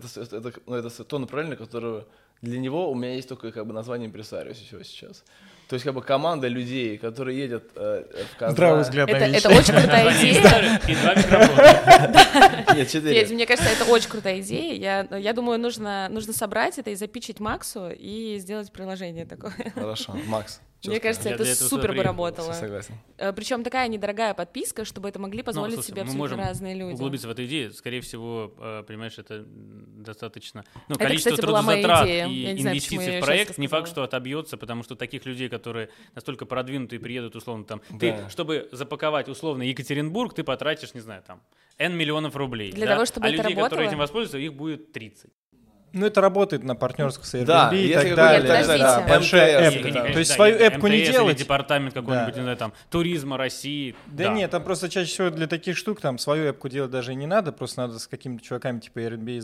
это то направление, которое для него у меня есть только как бы название импресарио сейчас. То есть как бы команда людей, которые едут в Казань. Здравый взгляд на вещи. Это очень крутая идея. И 2 микрофона. Нет, 4. Мне кажется, это очень крутая идея. Я думаю, нужно собрать это и запичить Максу и сделать приложение такое. Хорошо, Макс. Мне кажется, это супер бы работало. Согласен. Причем такая недорогая подписка, чтобы это могли позволить себе абсолютно разные люди. Углубиться в эту идею. Скорее всего, понимаешь, это достаточно... Ну, это, количество кстати, трудозатрат и инвестиций в проект не факт, что отобьется, потому что таких людей, которые настолько продвинутые, приедут условно там... Да. Ты, чтобы запаковать условно Екатеринбург, ты потратишь, не знаю, там, N миллионов рублей. Для того, чтобы это работало? А людей, которые этим воспользуются, их будет 30. Ну, это работает на партнерских с Airbnb и так далее. Да, большая эпка. То есть свою эпку не делать. Или департамент какой-нибудь, не знаю, там, туризма России. Да нет, там просто чаще всего для таких штук там свою эпку делать даже не надо, просто надо с какими-то чуваками типа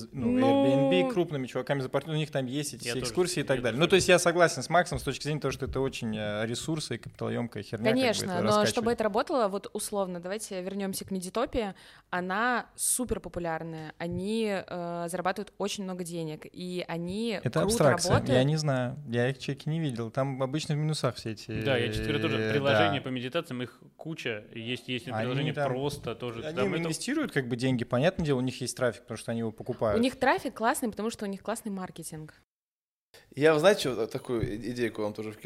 Airbnb, крупными чуваками запартнерить, у них там есть эти все экскурсии и так далее. Ну, то есть я согласен с Максом с точки зрения того, что это очень ресурсы и капиталоемкая херня. Конечно, но чтобы это работало, вот условно, давайте вернемся к Медитопии, она супер популярная, они зарабатывают очень много денег, и они это круто абстракция, работают. я не знаю, я их чеки не видел, там обычно в минусах все эти... Да, я честно говоря, тоже приложения по медитациям, их куча, есть приложения просто тоже. Они инвестируют как бы деньги, понятное дело, у них есть трафик, потому что они его покупают. У них трафик классный, потому что у них классный маркетинг. Я, знаете, что, такую идейку вам тоже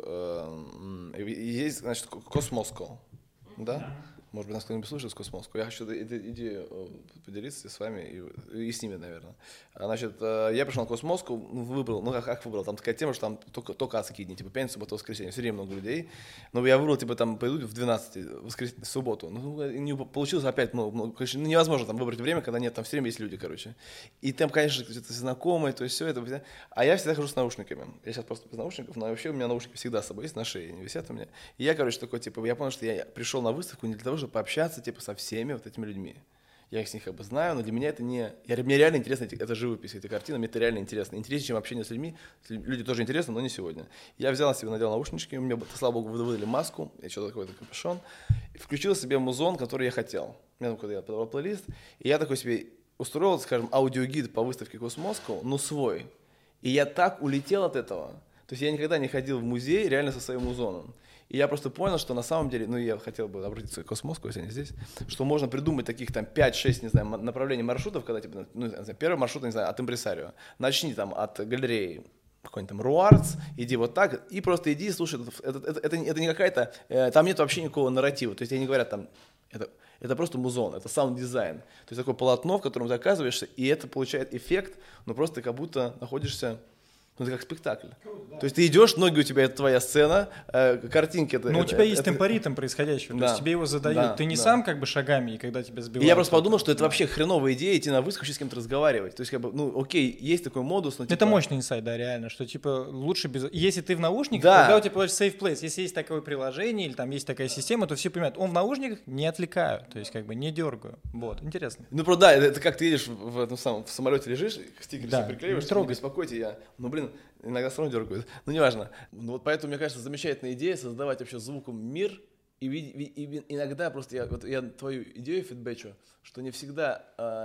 вкидываю. Есть, значит, Космоскал, да? Может быть, нас кто-нибудь слушает с Космоскал. Я хочу эту идею поделиться с вами и с ними, наверное. Значит, я пришел на Космоскал, выбрал, как выбрал, там такая тема, что там только адские дни, типа пятница, суббота, воскресенье, все время много людей. Но я выбрал, типа, там пойду в 12 в субботу. Ну, не получилось опять много. Конечно, невозможно там выбрать время, когда нет, там все время есть люди, короче. И там, конечно, это знакомые, то есть все это. А я всегда хожу с наушниками. Я сейчас просто без наушников, но вообще у меня наушники всегда с собой есть, на шее, они висят у меня. И я, короче, такой, типа, я понял, что я пришел на выставку не для того, чтобы пообщаться, типа, со всеми вот этими людьми. Я их с них как бы знаю, но для меня это не... Мне реально интересно, это живопись, эта картина, мне это реально интересно. Интереснее, чем общение с людьми. Люди тоже интересны, но не сегодня. Я взял на себя, надел наушнички, у меня, слава богу, выдали маску, и что-то какой-то капюшон, и включил себе музон, который я хотел. У меня когда я подобрал плейлист, и я такой себе устроил, скажем, аудиогид по выставке Космоскал, но свой. И я так улетел от этого. То есть я никогда не ходил в музей реально со своим музоном. И я просто понял, что на самом деле, ну, я хотел бы обратиться к Космоскалу, если они здесь, что можно придумать таких там 5-6, не знаю, направлений маршрутов, когда, типа, ну, не знаю, первый маршрут, не знаю, от Импресарио. Начни там от галереи какой-нибудь там Руарц, иди вот так, и просто иди, слушай, это не какая-то, там нет вообще никакого нарратива, то есть они говорят там, это просто музон, это саунд-дизайн, то есть такое полотно, в котором ты оказываешься, и это получает эффект, но просто ты как будто находишься... Ну, это как спектакль. Да. То есть ты идешь, ноги у тебя — это твоя сцена, картинки — это... Ну, у тебя есть темпоритм происходящего, да. То есть тебе его задают. Да, ты не сам как бы шагами, и когда тебя сбивают... И я просто подумал, что это вообще хреновая идея идти на выставку, с кем-то разговаривать. То есть, как бы, ну, окей, есть такой модус, но типа... Это мощный инсайт, да, реально, что типа лучше без... Если ты в наушниках, да. Тогда у тебя получится safe place. Если есть такое приложение или там есть такая система, то все понимают, он в наушниках, не отвлекаю, то есть как бы не дергаю. Вот, интересно. Ну, просто да, это как ты едешь в этом самом, в самолете лежишь, стикер да, все приклеиваешь, не беспокойте, я... Ну, блин, иногда все равно дергают. Ну, неважно. Ну, вот поэтому, мне кажется, замечательная идея создавать вообще звуком мир. И иногда просто я твою идею фидбэчу, что не всегда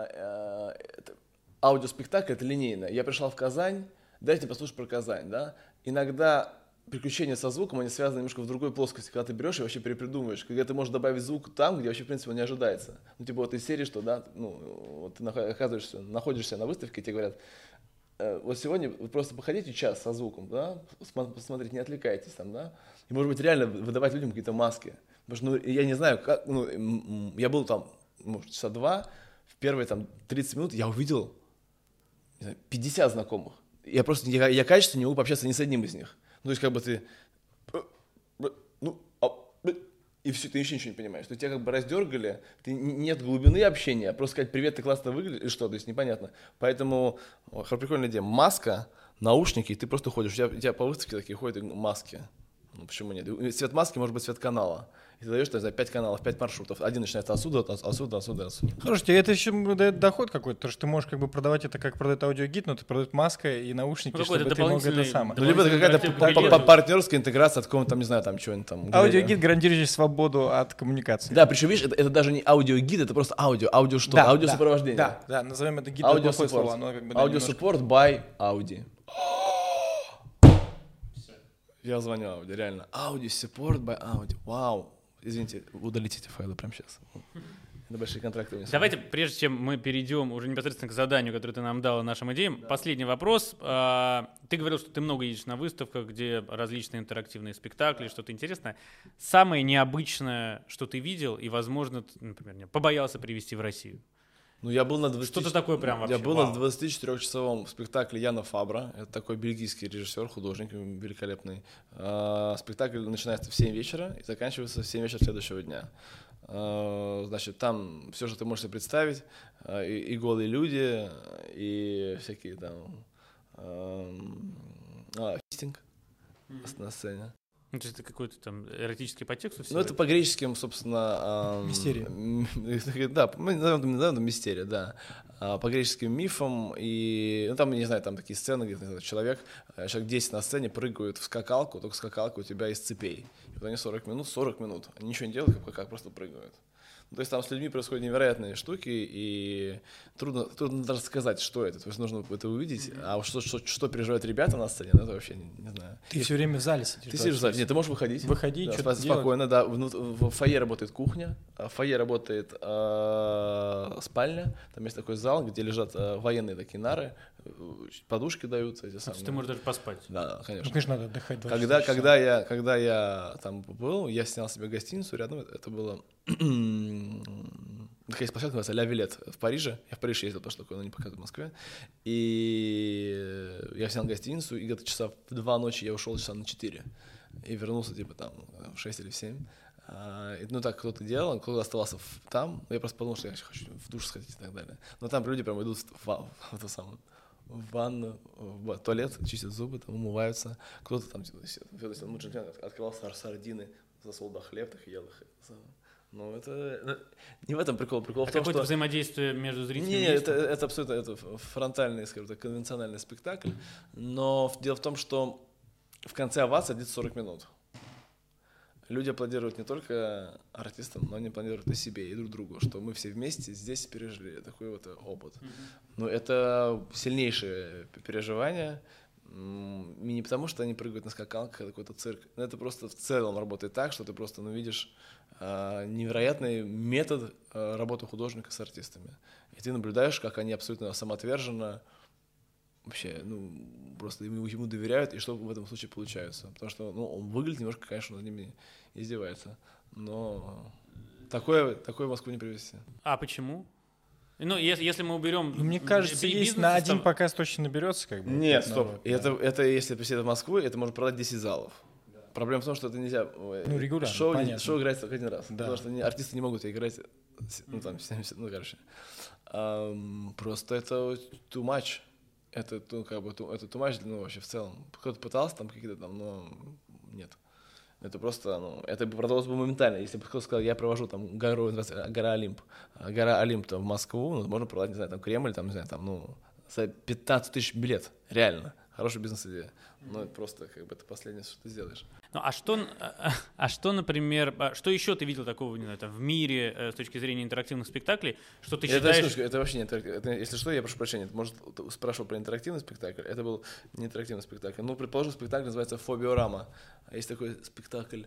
аудиоспектакль — это линейно. Я пришел в Казань, дайте послушать про Казань, да? Иногда приключения со звуком, они связаны немножко в другой плоскости, когда ты берешь и вообще перепридумываешь, когда ты можешь добавить звук там, где вообще, в принципе, он не ожидается. Ну, типа вот из серии, что, да, ну, вот ты находишься на выставке, и тебе говорят, вот сегодня вы просто походите час со звуком, да, посмотрите, не отвлекайтесь там, да, и, может быть, реально выдавать людям какие-то маски. Потому что, ну, я не знаю, как, ну, я был там, может, часа 2, в первые там 30 минут я увидел, не знаю, 50 знакомых. Я просто, я качественно не могу пообщаться ни с одним из них. Ну, то есть, как бы ты, ну, и все, ты еще ничего не понимаешь. То есть тебя как бы раздергали, нет глубины общения, просто сказать «привет, ты классно выглядишь» и что, то есть непонятно. Поэтому прикольная идея. Маска, наушники, и ты просто ходишь. У тебя по выставке такие ходят маски. Ну, почему нет? Цвет маски может быть цвет канала. И ты даешь, за 5 каналов, 5 маршрутов. Один начинается отсюда. Слушай, тебе это еще дает доход какой-то, потому что ты можешь как бы продавать это, как продает аудиогид, но ты продает маска и наушники, чтобы ты мог это самое. Ну, либо это какая-то партнерская интеграция от какого-то там, не знаю, там, чего-нибудь там. Аудиогид, гарантирующий свободу от коммуникации. Да, причем, видишь, это даже не аудиогид, это просто аудио. Аудио что? Да, аудиосопровождение. Да, назовем это гид. Аудиосуппорт. Аудиосуппорт by Audi. Я звоню Audi, реально. Audi support by Audi. Вау. Извините, удалите эти файлы прямо сейчас. Это большие контракты. Давайте, прежде чем мы перейдем уже непосредственно к заданию, которое ты нам дал, нашим идеям, последний вопрос. Ты говорил, что ты много едешь на выставках, где различные интерактивные спектакли, что-то интересное. Самое необычное, что ты видел и, возможно, например, побоялся привезти в Россию? Ну, я был на Что-то такое прям вообще. Я был на 24-часовом спектакле Яна Фабра. Это такой бельгийский режиссер, художник великолепный. Спектакль начинается в 7 вечера и заканчивается в 7 вечера следующего дня. Значит, там все, что ты можешь себе представить, и голые люди, и всякие там фистинг на сцене. Ну, то есть это какой-то там эротический подтекст? Ну, это по греческим, собственно... Мистерия. Да, мы назовем мистерия, да. По греческим мифам, и... Ну, там, не знаю, там такие сцены, где человек 10 на сцене прыгают в скакалку, только скакалка у тебя из цепей. И вот они 40 минут, они ничего не делают, как просто прыгают. То есть там с людьми происходят невероятные штуки, и трудно даже сказать, что это. То есть нужно это увидеть. А что переживают ребята на сцене, это вообще не знаю. Ты все время в зале сидишь. Ты сидишь в зале. Нет, ты можешь выходить. Выходить, да, что-то спокойно, да. В фойе работает кухня, в фойе работает спальня. Там есть такой зал, где лежат военные такие нары, подушки даются. Эти самые. Ты можешь даже поспать. Да, конечно. Ну, конечно, надо отдыхать 2 часа. Когда я там был, я снял себе гостиницу рядом, это было... Такая есть площадка, называется «Ля Вилет» в Париже. Я в Париж ездил, потому что такое, не показывают в Москве. И я снял гостиницу, и где-то часа в 2 ночи я ушел часа на 4. И вернулся, типа, там, в 6 или в 7. Ну, так кто-то делал, кто-то оставался там. Я просто подумал, что я хочу в душ сходить и так далее. Но там люди прям идут в ванну, в туалет, чистят зубы, там, умываются. Кто-то там, открывал сардины, засол хлеб, так и ел их. Ну, это не в этом прикол. Прикол в том, какое-то взаимодействие между зрителями? Нет, это абсолютно фронтальный, скажем так, конвенциональный спектакль. Но дело в том, что в конце овации длится 40 минут. Люди аплодируют не только артистам, но они аплодируют и себе, и друг другу, что мы все вместе здесь пережили такой вот опыт. Но это сильнейшее переживание. Не потому, что они прыгают на скакалках, это какой-то цирк. Но это просто в целом работает так, что ты просто видишь невероятный метод работы художника с артистами. И ты наблюдаешь, как они абсолютно самоотверженно вообще, просто ему доверяют, и что в этом случае получается. Потому что, он выглядит немножко, конечно, над ними издевается. Но такое в Москву не привезти. А почему? Ну, если мы уберем... Мне кажется, есть на один показ точно наберется, как бы. Нет, стоп. Это если привезти в Москву, это можно продать 10 залов. Проблема в том, что это нельзя. Регулярно, шоу играть только один раз. Да. Потому что артисты не могут играть, 70, короче. Просто это too much. Это too much, вообще в целом. Кто-то пытался там какие-то там, но нет. Это просто, это продалось бы моментально. Если бы кто-то сказал, я провожу там гора Олимп там, в Москву, можно продать, не знаю, там Кремль, там, не знаю, там, за 15 тысяч билет. Реально. Хорошая бизнес-идея. Но это просто, это последнее, что ты сделаешь. Ну, а что, например, что еще ты видел такого, не знаю, там, в мире с точки зрения интерактивных спектаклей, что ты считаешь... Это вообще не интерактивно. Если что, я прошу прощения. Может, ты спрашивал про интерактивный спектакль. Это был не интерактивный спектакль. Предположим, спектакль называется «Фобиорама». Есть такой спектакль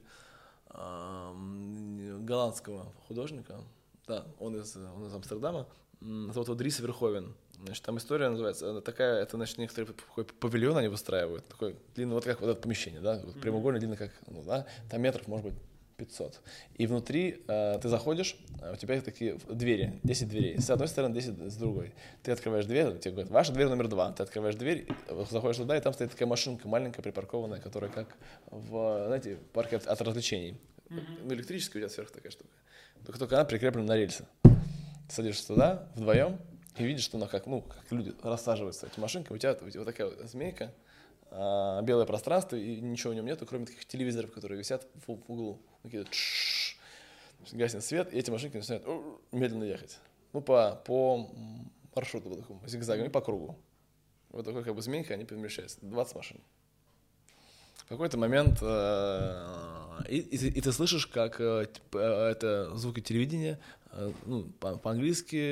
голландского художника. Да, он из Амстердама. Зовут его Дries Верховен. Значит, там история называется, это, значит, некоторые павильон они выстраивают, такой длинный, вот как вот это помещение, да, прямоугольный, длинный как, там метров, может быть, 500. И внутри ты заходишь, у тебя такие двери, 10 дверей, с одной стороны, 10 с другой. Ты открываешь дверь, тебе говорят, ваша дверь номер 2, ты открываешь дверь, заходишь туда, и там стоит такая машинка маленькая, припаркованная, которая как в, знаете, парке от развлечений. Электрическая у тебя сверху такая штука. Только она прикреплена на рельсы. Ты садишься туда вдвоем, и видишь, что она как люди рассаживаются эти машинки, у тебя вот такая вот змейка, белое пространство, и ничего в нем нету, кроме таких телевизоров, которые висят в углу. Такие гаснет свет, и эти машинки начинают медленно ехать. По маршруту, вот такому, зигзагом и по кругу. Вот такой как бы змейка, они перемещаются. 20 машин. В какой-то момент и ты слышишь, как это звуки телевидения, по-английски,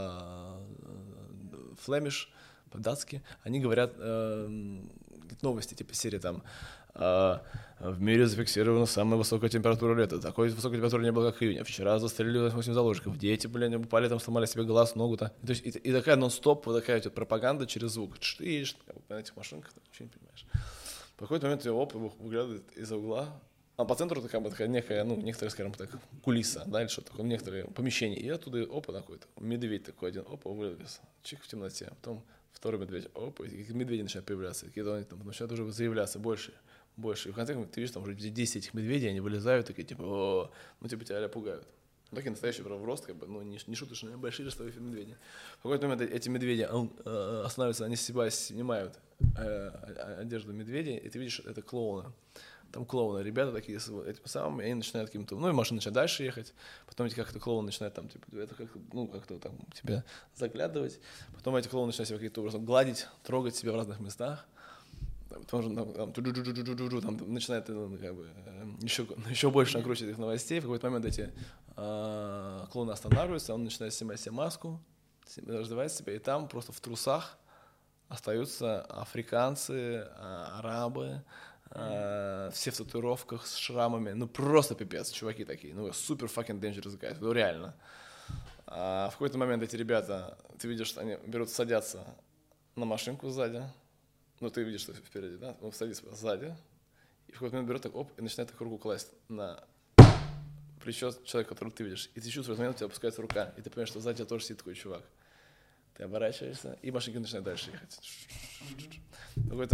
по-флемиш, по-датски, они говорят новости, типа серии там в мире зафиксирована самая высокая температура лета. Такой высокой температуры не было, как в июне. Вчера застрелили 8 заложников. Дети, упали, там сломали себе глаз, ногу. То есть и такая нон-стоп, вот такая вот пропаганда через звук. Ты едешь на этих машинках, ты ничего не понимаешь. В какой-то момент ее выглядывает из-за угла. А по центру это как бы такая некая, некоторая, скажем так, кулиса, да, или что-то такое, некоторые помещения. И оттуда, такой-то, медведь такой один, вылез, чих в темноте. Потом второй медведь, и медведи начинают появляться. Какие-то они там начинают уже заявляться больше. И в конце ты видишь, там уже 10 этих медведей, они вылезают, такие, типа, тебя пугают. Такие настоящие, в рост, как бы, не шуточные, большие ростовые медведи. В какой-то момент эти медведи останавливаются, они с себя снимают одежду медведей, и ты видишь, это клоуны. Там клоуны, ребята такие с этим самым, и они начинают каким-то, и машина начинает дальше ехать, потом эти как-то клоуны начинают там, типа, это как-то там тебя заглядывать, потом эти клоуны начинают себя каким-то образом гладить, трогать себя в разных местах, потом там начинает как бы еще больше накручивать их новостей. В какой-то момент эти клоуны останавливаются, он начинает снимать себе маску, раздевает себя, и там просто в трусах остаются африканцы, арабы, все в татуировках с шрамами, просто пипец, чуваки такие, супер fucking dangerous guys, реально. В какой-то момент эти ребята, ты видишь, что они садятся на машинку сзади, ты видишь, что впереди, да, он садится сзади, и в какой-то момент берет и начинает так руку класть на плечо человека, которого ты видишь, и ты чувствуешь, в этот момент у тебя опускается рука, и ты понимаешь, что сзади тоже сидит такой чувак. Ты оборачиваешься, и машинка начинает дальше ехать. В какой-то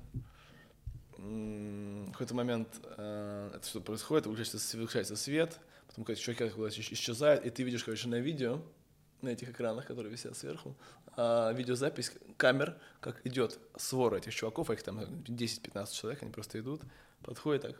момент это что происходит, выключается свет, потом какой-то чувак исчезает, и ты видишь, на видео, на этих экранах, которые висят сверху, видеозапись камер, как идет свора этих чуваков, их там 10-15 человек, они просто идут, подходят так,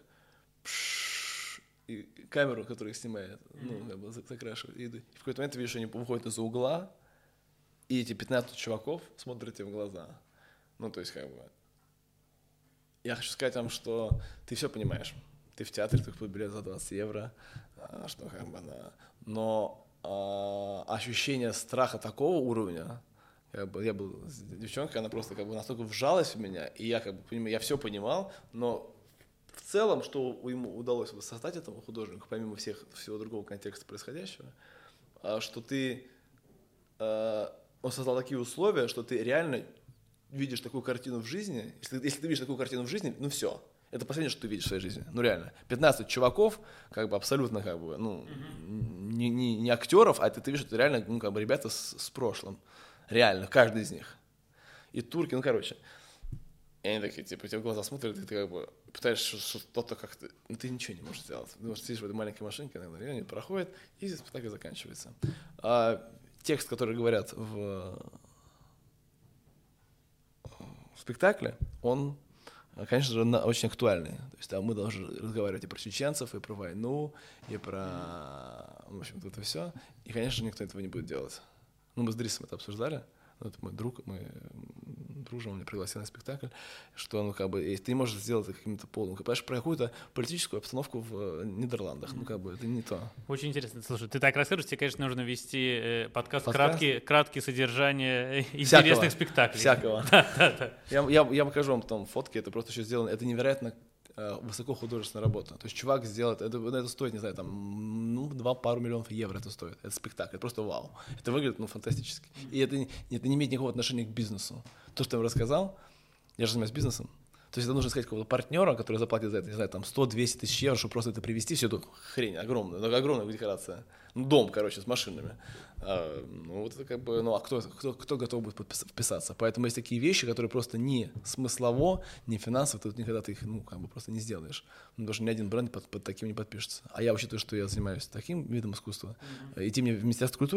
и камеру, которую их снимает, закрашивают, и в какой-то момент ты видишь, они выходят из-за угла, и эти 15 чуваков смотрят тебе в глаза. То есть, как бы, я хочу сказать вам, что ты все понимаешь. Ты в театре, ты купил билет за 20 евро, что как бы, но ощущение страха такого уровня, как бы, я был с девчонкой, она просто как бы настолько вжалась в меня, и я как бы я все понимал, но в целом, что ему удалось создать этому художнику, помимо всего другого контекста происходящего, что он создал такие условия, что ты реально видишь такую картину в жизни, если ты видишь такую картину в жизни, все. Это последнее, что ты видишь в своей жизни. Реально. 15 чуваков, как бы абсолютно, как бы, не актеров, а ты видишь, это реально, как бы ребята с прошлым. Реально, каждый из них. И турки, короче. И они такие, типа, тебе в глаза смотрят, и ты как бы пытаешься что-то как-то, ты ничего не можешь сделать. Ты сидишь в этой маленькой машинке, иногда, и они проходят, и спектакль заканчивается. Текст, который говорят в спектакле, он, конечно же, очень актуальный. То есть мы должны разговаривать и про чеченцев, и про войну, и про, в общем, это все. И, конечно, никто этого не будет делать. Мы с Дрисом это обсуждали. Это мой друг, мы дружим, он меня пригласил на спектакль, что, как бы, если ты можешь сделать это каким-то полным, понимаешь, про какую-то политическую обстановку в Нидерландах, как бы, это не то. Очень интересно. Слушай, ты так рассказываешь, тебе, конечно, нужно вести подкаст? Краткие содержания интересных спектаклей. Всякого. Да. Я покажу вам потом фотки, это просто еще сделано, это невероятно высокохудожественная работа. То есть чувак сделает, это стоит, не знаю, там, пару миллионов евро это стоит. Это спектакль, это просто вау. Это выглядит, фантастически. И это не имеет никакого отношения к бизнесу. То, что я вам рассказал, я же занимаюсь бизнесом. То есть это нужно искать какого-то партнера, который заплатит за это, не знаю, там 100-200 тысяч евро, чтобы просто это привезти, всю эту хрень огромная декорация. Дом, короче, с машинами. Вот это как бы, а кто готов будет вписаться? Поэтому есть такие вещи, которые просто не смыслово, не финансово, ты никогда ты их, как бы просто не сделаешь. Потому что ни один бренд под таким не подпишется. А я учитываю, что я занимаюсь таким видом искусства. Идти мне в Министерство культуры,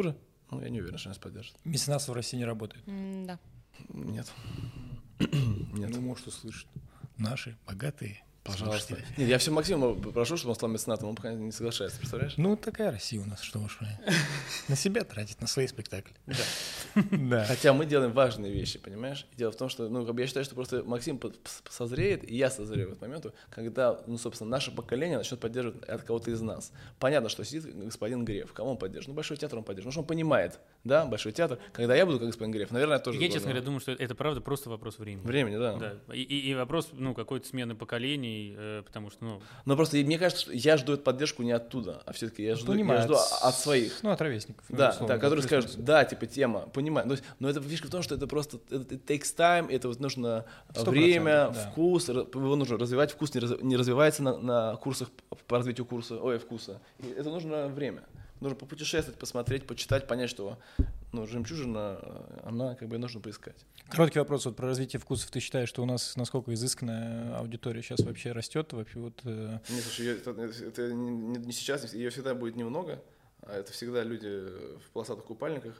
Ну, я не уверен, что нас поддержат. Меценатство в России не работает? Да. Нет. Нет. Ну, может, услышат. Наши богатые. Пожалуйста. Нет, я все Максима прошу, чтобы он стал меценатом, он пока не соглашается, представляешь? Ну, такая Россия у нас, что уж на себя тратить, на свои спектакли. Да. Хотя мы делаем важные вещи, понимаешь? Дело в том, что, я считаю, что просто Максим созреет, и я созрею в этот момент, когда, собственно, наше поколение начнет поддерживать от кого-то из нас. Понятно, что сидит господин Греф, кого он поддержит? Большой театр он поддержит, потому что он понимает, да, Большой театр. Когда я буду как господин Греф, наверное, я тоже буду. Я, честно говоря, думаю, что это правда просто вопрос времени. Времени, да. И вопрос, какой-то смены поколений, потому что, Но просто мне кажется, что я жду эту поддержку не оттуда, а все-таки я жду от своих. От ровесников. Да, которые скажут, да, типа тема, понимаю. Но это фишка в том, что это просто it takes time, это вот нужно время, вкус, его нужно развивать, вкус не развивается на курсах по развитию вкуса. И это нужно время. Нужно попутешествовать, посмотреть, почитать, понять, что жемчужина, она как бы нужно поискать. Короткий вопрос вот про развитие вкусов. Ты считаешь, что у нас насколько изысканная аудитория сейчас вообще растет? Вообще вот? Нет, слушай, это не сейчас, ее всегда будет немного. Это всегда люди в полосатых купальниках.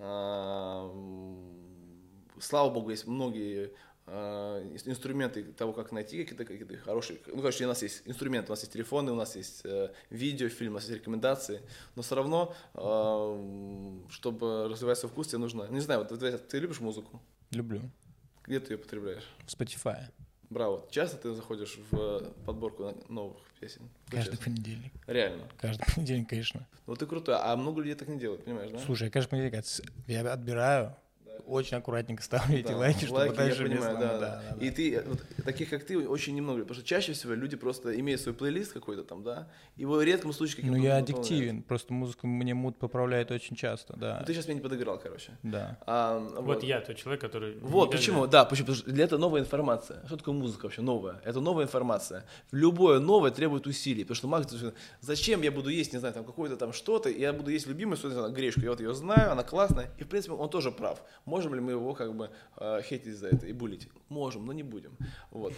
Слава богу, есть многие инструменты того, как найти какие-то хорошие. Конечно, у нас есть инструменты, у нас есть телефоны, у нас есть видео, фильм, у нас есть рекомендации, но все равно, чтобы развивать свой вкус, тебе нужно. Не знаю, вот ты любишь музыку? Люблю. Где ты ее потребляешь? В Spotify. Браво. Часто ты заходишь в подборку новых песен? Каждый понедельник. Реально? Каждый понедельник, конечно. Ну ты крутой, а много людей так не делают, понимаешь, да? Слушай, я каждый понедельник я отбираю. Очень аккуратненько ставлю эти лайки, чтобы дальше я понимаю, да. И ты, таких как ты, очень немного, потому что чаще всего люди просто имеют свой плейлист какой-то там, да, и в редком случае каким-то. Ну, я аддиктивен, просто музыка мне мут поправляет очень часто, да. Ну, ты сейчас меня не подыграл, короче. Да. Вот я тот человек, который... Вот, почему, да, потому что для этого новая информация. Что такое музыка вообще новая? Это новая информация. Любое новое требует усилий, потому что Макс, зачем я буду есть, не знаю, там какое-то там что-то, я буду есть любимую свою гречку, я вот ее знаю, она классная, и в принципе он тоже прав. Можем ли мы его как бы хейтить за это и булить? Можем, но не будем. Вот.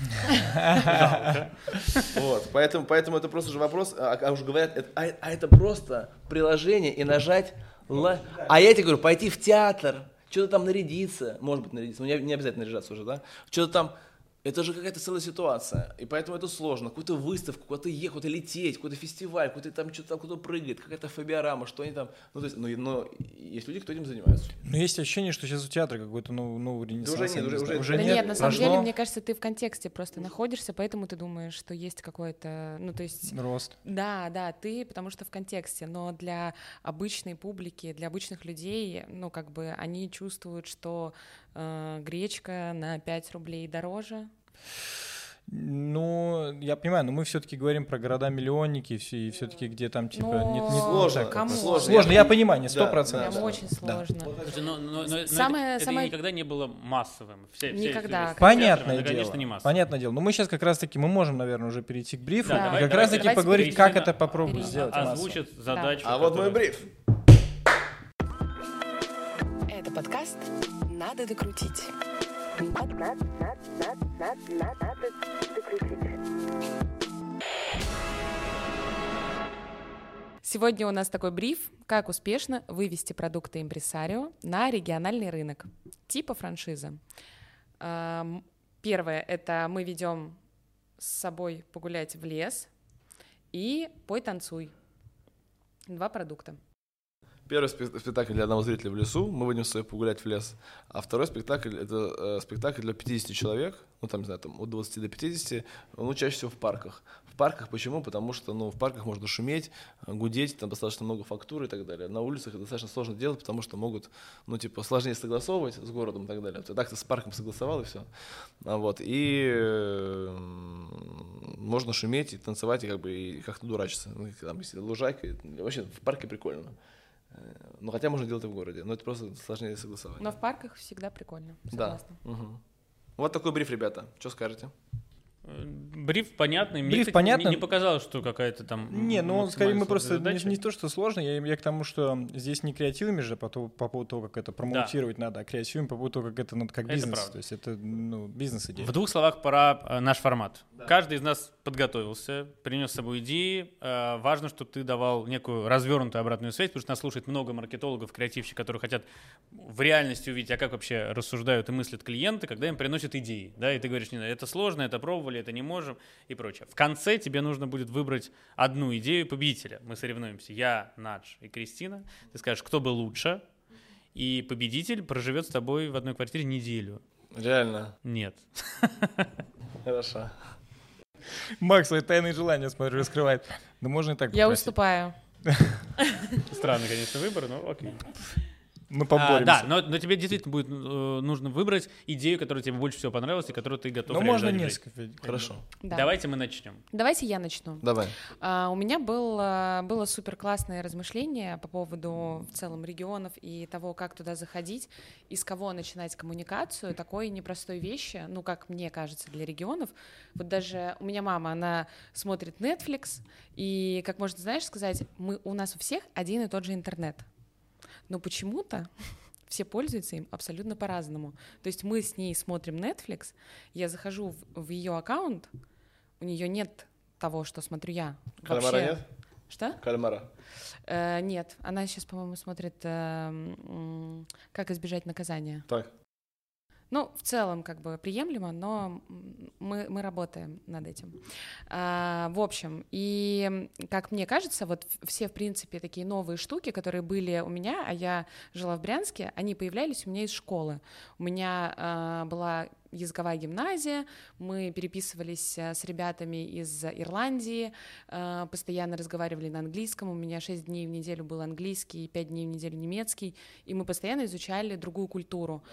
Вот. Поэтому это просто же вопрос, а уже говорят, это просто приложение и нажать А я тебе говорю, пойти в театр, что-то там нарядиться, может быть нарядиться, но не обязательно наряжаться уже, да? Что-то там. Это же какая-то целая ситуация, и поэтому это сложно. Какую-то выставку, куда-то ехать, куда-то лететь, какой-то фестиваль, какой-то там что-то там кто-то прыгает, какая-то фобиорама, что они там. Ну, то есть, но есть люди, кто этим занимается. Но есть ощущение, что сейчас у театра какой-то новый ренессанс. Да уже нет. Нет, на самом деле, мне кажется, ты в контексте просто находишься, поэтому ты думаешь, что есть какой-то, ну, то есть... Рост. Да, ты, потому что в контексте, но для обычной публики, для обычных людей, ну, как бы они чувствуют, что гречка на 5 рублей дороже. Ну, я понимаю, но мы все-таки говорим про города-миллионники, и все-таки где там типа нет сложно. Я понимаю, не 100%. Прям очень сложно. Но это никогда не было массовым. Никогда. Понятное дело. Но мы сейчас как раз-таки мы можем, наверное, уже перейти к брифу, и как раз таки поговорить, как это попробовать сделать. Озвучит задачу. А вот мой бриф. Это подкаст «Надо докрутить». Сегодня у нас такой бриф, как успешно вывести продукты импресарио на региональный рынок, типа франшизы. Первое — это мы ведем с собой погулять в лес и пой-танцуй. 2 продукта. Первый спектакль для одного зрителя в лесу, мы выйдем с собой погулять в лес, а второй спектакль — это спектакль для 50 человек, ну там, не знаю, там, от 20 до 50, ну чаще всего в парках. В парках почему? Потому что, в парках можно шуметь, гудеть, там достаточно много фактуры и так далее. На улицах это достаточно сложно делать, потому что могут, сложнее согласовывать с городом и так далее. Так ты с парком согласовал и все. Вот, и можно шуметь и танцевать, и как-то дурачиться. Там, если лужайка, вообще в парке прикольно. Ну, хотя можно делать и в городе, но это просто сложнее согласовать. Но в парках всегда прикольно, согласна. Да. Угу. Вот такой бриф, ребята. Что скажете? Бриф понятный. Мне, Бриф кстати, понятно. Не показалось, что какая-то там... Не, ну, скорее мы просто... Не то, что сложно, я к тому, что здесь не креативами же по поводу того, как это промоутировать надо, а креативами по поводу того, как это как бизнес. Правда. То есть это бизнес-идея. В 2 словах про наш формат. Да. Каждый из нас подготовился, принес с собой идеи. Важно, чтобы ты давал некую развернутую обратную связь, потому что нас слушает много маркетологов, креативщиков, которые хотят в реальности увидеть, а как вообще рассуждают и мыслят клиенты, когда им приносят идеи. Да, и ты говоришь, нет, это сложно, это пробовали, это не можем и прочее. В конце тебе нужно будет выбрать одну идею победителя. Мы соревнуемся. Я, Надж и Кристина. Ты скажешь, кто был лучше, и победитель проживет с тобой в одной квартире неделю. Реально? Нет. Хорошо. Макс свои тайные желания, смотрю, раскрывает. Да можно и так. Я уступаю. Странный, конечно, выбор, но окей. Мы поборемся. Да, но тебе действительно будет нужно выбрать идею, которая тебе больше всего понравилась и которую ты готов реализовать. Можно несколько. Хорошо. Да. Давайте мы начнем. Давайте я начну. Давай. У меня было супер классное размышление по поводу в целом регионов и того, как туда заходить, и с кого начинать коммуникацию, такой непростой вещи, ну, как мне кажется, для регионов. Вот даже у меня мама, она смотрит Netflix, и, как можно, знаешь, сказать, у нас у всех один и тот же интернет. Но почему-то все пользуются им абсолютно по-разному. То есть мы с ней смотрим Netflix, я захожу в ее аккаунт, у нее нет того, что смотрю я. Кальмара вообще. нет? Что? Кальмара. Нет, она сейчас, по-моему, смотрит «Как избежать наказания». Так. Ну, в целом, как бы приемлемо, но мы работаем над этим. В общем, и как мне кажется, вот все, в принципе, такие новые штуки, которые были у меня, а я жила в Брянске, они появлялись у меня из школы. У меня была языковая гимназия, мы переписывались с ребятами из Ирландии, постоянно разговаривали на английском, у меня 6 дней в неделю был английский, 5 дней в неделю немецкий, и мы постоянно изучали другую культуру,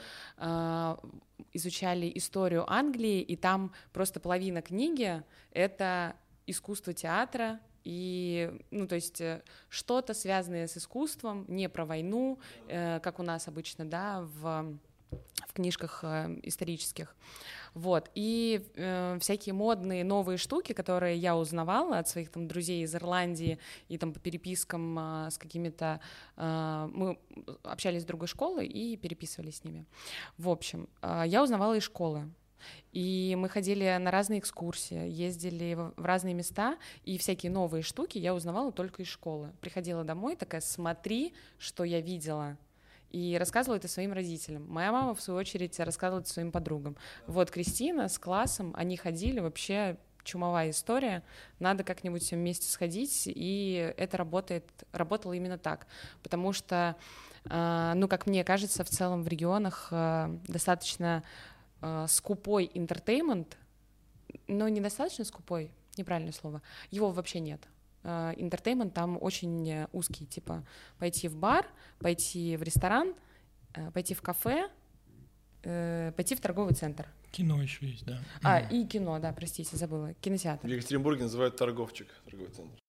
изучали историю Англии, и там просто половина книги — это искусство театра, и, ну, то есть что-то связанное с искусством, не про войну, как у нас обычно, да, в книжках исторических. Вот. И всякие модные новые штуки, которые я узнавала от своих там друзей из Ирландии и там по перепискам с какими-то... мы общались с другой школой и переписывались с ними. В общем, я узнавала из школы. И мы ходили на разные экскурсии, ездили в разные места, и всякие новые штуки я узнавала только из школы. Приходила домой, такая: смотри, что я видела. И рассказывала это своим родителям. Моя мама, в свою очередь, рассказывала это своим подругам. Вот Кристина с классом, они ходили, вообще чумовая история. Надо как-нибудь всем вместе сходить, и это работало именно так. Потому что, ну, как мне кажется, в целом в регионах достаточно скупой интертеймент, но недостаточно скупой, неправильное слово, его вообще нет. Интертеймент там очень узкий, типа пойти в бар, пойти в ресторан, пойти в кафе, пойти в торговый центр. Кино еще есть, да. И кино, да, простите, забыла. Кинотеатр. В Екатеринбурге называют торговчик, торговый центр.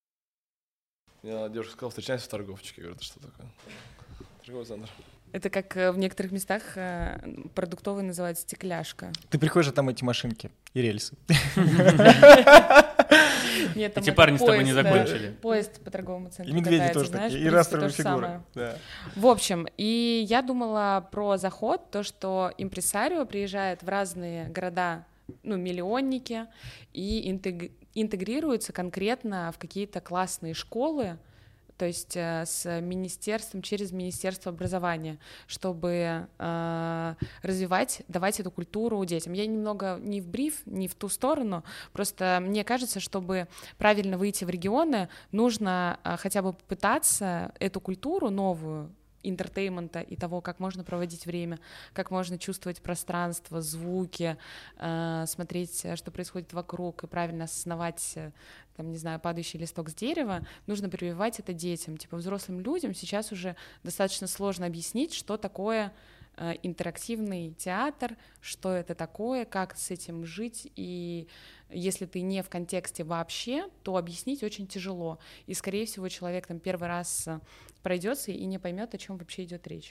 Мне девушка сказала: встречаемся в торговчике. Я говорю: это что такое? Торговый центр. Это как в некоторых местах продуктовый называют стекляшка. Ты приходишь, а там эти машинки и рельсы. Нет, эти парни с тобой не закончили. Поезд по торговому центру. И медведи тоже такие, и растровые фигуры. В общем, и я думала про заход, то, что импресарио приезжает в разные города, ну, миллионники, и интегрируется конкретно в какие-то классные школы, то есть с министерством, через Министерство образования, чтобы развивать, давать эту культуру детям. Я немного не в бриф, не в ту сторону, просто мне кажется, чтобы правильно выйти в регионы, нужно хотя бы попытаться эту культуру новую, интертеймента и того, как можно проводить время, как можно чувствовать пространство, звуки, смотреть, что происходит вокруг, и правильно осознавать, там, не знаю, падающий листок с дерева, нужно прививать это детям. Типа взрослым людям сейчас уже достаточно сложно объяснить, что такое интерактивный театр, что это такое, как с этим жить, и если ты не в контексте вообще, то объяснить очень тяжело, и, скорее всего, человек там первый раз пройдется и не поймет, о чем вообще идет речь.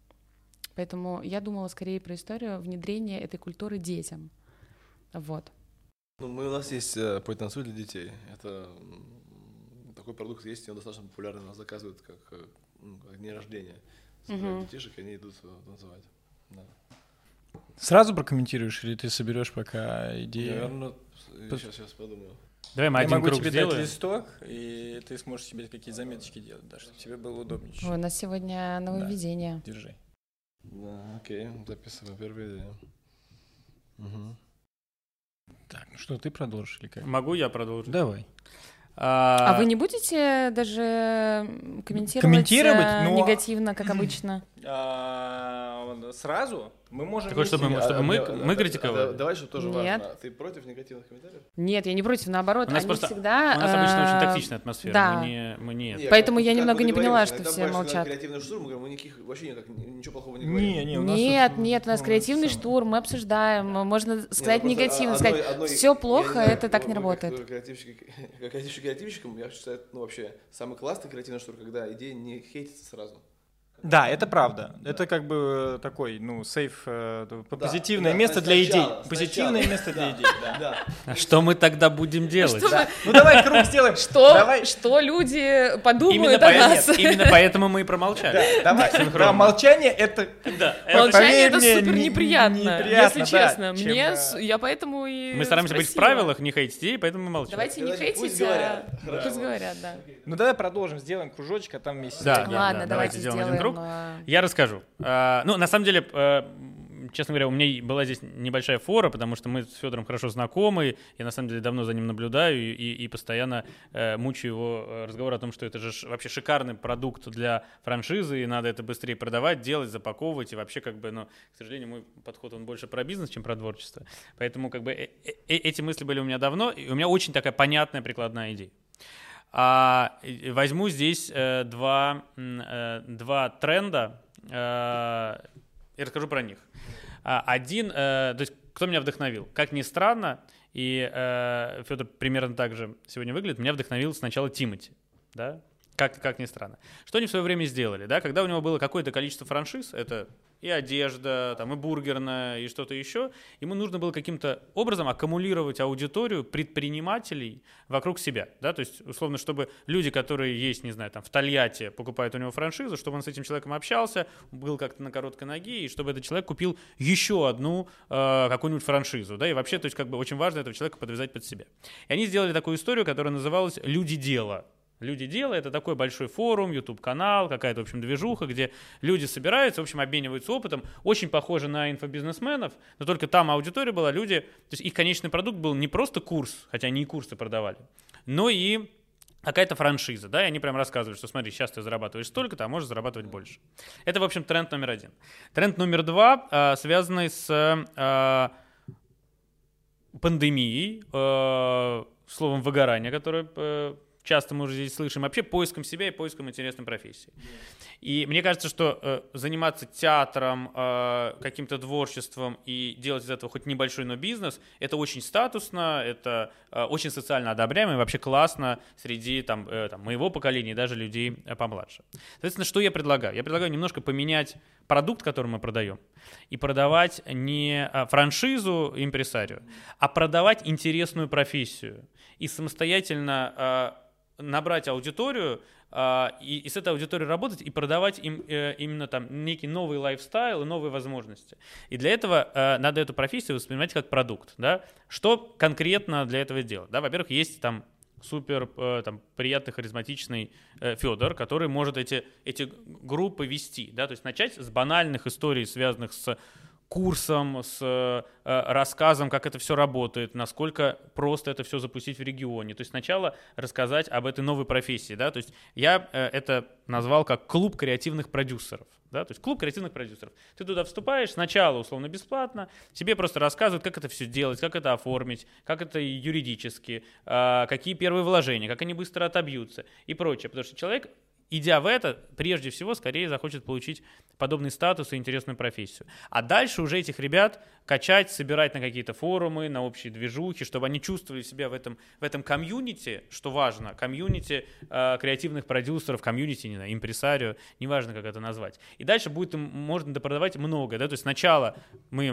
Поэтому я думала скорее про историю внедрения этой культуры детям. Вот. У нас есть «Пой танцуй» для детей. Это такой продукт есть, и он достаточно популярный. Нас заказывают как день рождения. Детишек, они идут танцевать. Да. Сразу прокомментируешь или ты соберешь пока идею? Наверное, сейчас подумаю. Давай мы один круг тебе сделаем. дать листок, и ты сможешь себе какие-то заметочки делать, да, чтобы тебе было удобнее. У нас сегодня нововведение. Да. Держи. Да, окей, записываю первую идею. Угу. Так, ну что, ты продолжишь или как? Могу я продолжить? Давай. А вы не будете даже комментировать негативно, как обычно? Сразу? Мы можем... Такое, чтобы мы критиковали. Давай, что тоже важно. Ты против негативных комментариев? Нет, я не против, наоборот. У нас обычно очень токсичная атмосфера. Да. Мы не... Поэтому я немного не поняла, что все молчат. Креативный штурм, мы говорим, мы вообще ничего плохого не говорим. Нет, у нас креативный штурм, мы обсуждаем, можно сказать негативно, сказать, все плохо, это так не работает. Креативщиком, я считаю, вообще самый классный креативный штурм, когда идея не хейтится сразу. Да, это правда. Это как бы такой, сейф, позитивное место для идей. Позитивное место для идей, да. Что мы тогда будем делать? Ну давай круг сделаем. Что люди подумают о нас? Именно поэтому мы и промолчали. Да, молчание это... Молчание это супер неприятно, если честно. Я поэтому и мы стараемся быть в правилах, не хейтить идеи, поэтому мы молчим. Давайте не хейтить, пусть говорят, да. Ну давай продолжим, сделаем кружочек, а там вместе. Ладно, давайте сделаем круг. Я расскажу. На самом деле, честно говоря, у меня была здесь небольшая фора, потому что мы с Федором хорошо знакомы, я на самом деле давно за ним наблюдаю и постоянно мучаю его разговор о том, что это же вообще шикарный продукт для франшизы, и надо это быстрее продавать, делать, запаковывать, и вообще к сожалению, мой подход, он больше про бизнес, чем про творчество. Поэтому эти мысли были у меня давно, и у меня очень такая понятная прикладная идея. Возьму здесь два тренда и расскажу про них. Один, то есть кто меня вдохновил? Как ни странно, и Федор примерно так же сегодня выглядит, меня вдохновил сначала Тимати, да? Как ни странно. Что они в свое время сделали, да? Когда у него было какое-то количество франшиз, это и одежда, там, и бургерная, и что-то еще, ему нужно было каким-то образом аккумулировать аудиторию предпринимателей вокруг себя, да, то есть, условно, чтобы люди, которые есть, не знаю, там, в Тольятти, покупают у него франшизу, чтобы он с этим человеком общался, был как-то на короткой ноге, и чтобы этот человек купил еще одну какую-нибудь франшизу, да, и вообще, то есть, очень важно этого человека подвязать под себя. И они сделали такую историю, которая называлась «Люди дела». «Люди дела» — это такой большой форум, YouTube-канал, какая-то, в общем, движуха, где люди собираются, в общем, обмениваются опытом. Очень похоже на инфобизнесменов, но только там аудитория была, люди... То есть их конечный продукт был не просто курс, хотя они и курсы продавали, но и какая-то франшиза, да, и они прям рассказывали, что смотри, сейчас ты зарабатываешь столько-то, а можешь зарабатывать больше. Это, в общем, тренд номер один. Тренд номер два, связанный с пандемией, словом «выгорание», которое... часто мы уже здесь слышим, вообще поиском себя и поиском интересной профессии. И мне кажется, что заниматься театром, каким-то творчеством и делать из этого хоть небольшой, но бизнес, это очень статусно, это очень социально одобряемо и вообще классно среди моего поколения и даже людей помладше. Соответственно, что я предлагаю? Я предлагаю немножко поменять продукт, который мы продаем, и продавать не франшизу импресарио, а продавать интересную профессию и самостоятельно набрать аудиторию и с этой аудиторией работать и продавать им именно там некий новый лайфстайл и новые возможности. И для этого надо эту профессию воспринимать как продукт. Да? Что конкретно для этого делать? Да? Во-первых, есть там супер приятный, харизматичный Федор, который может эти группы вести. Да? То есть начать с банальных историй, связанных с курсом, с рассказом, как это все работает, насколько просто это все запустить в регионе. То есть сначала рассказать об этой новой профессии. Да? То есть я это назвал как клуб креативных продюсеров. Да? То есть клуб креативных продюсеров. Ты туда вступаешь, сначала условно бесплатно, тебе просто рассказывают, как это все делать, как это оформить, как это юридически, какие первые вложения, как они быстро отобьются и прочее. Потому что человек, идя в это, прежде всего, скорее захочет получить подобный статус и интересную профессию. А дальше уже этих ребят качать, собирать на какие-то форумы, на общие движухи, чтобы они чувствовали себя в этом комьюнити, что важно, комьюнити креативных продюсеров, комьюнити, не знаю, импресарио, неважно, как это назвать. И дальше будет им можно допродавать много. Да? То есть сначала мы им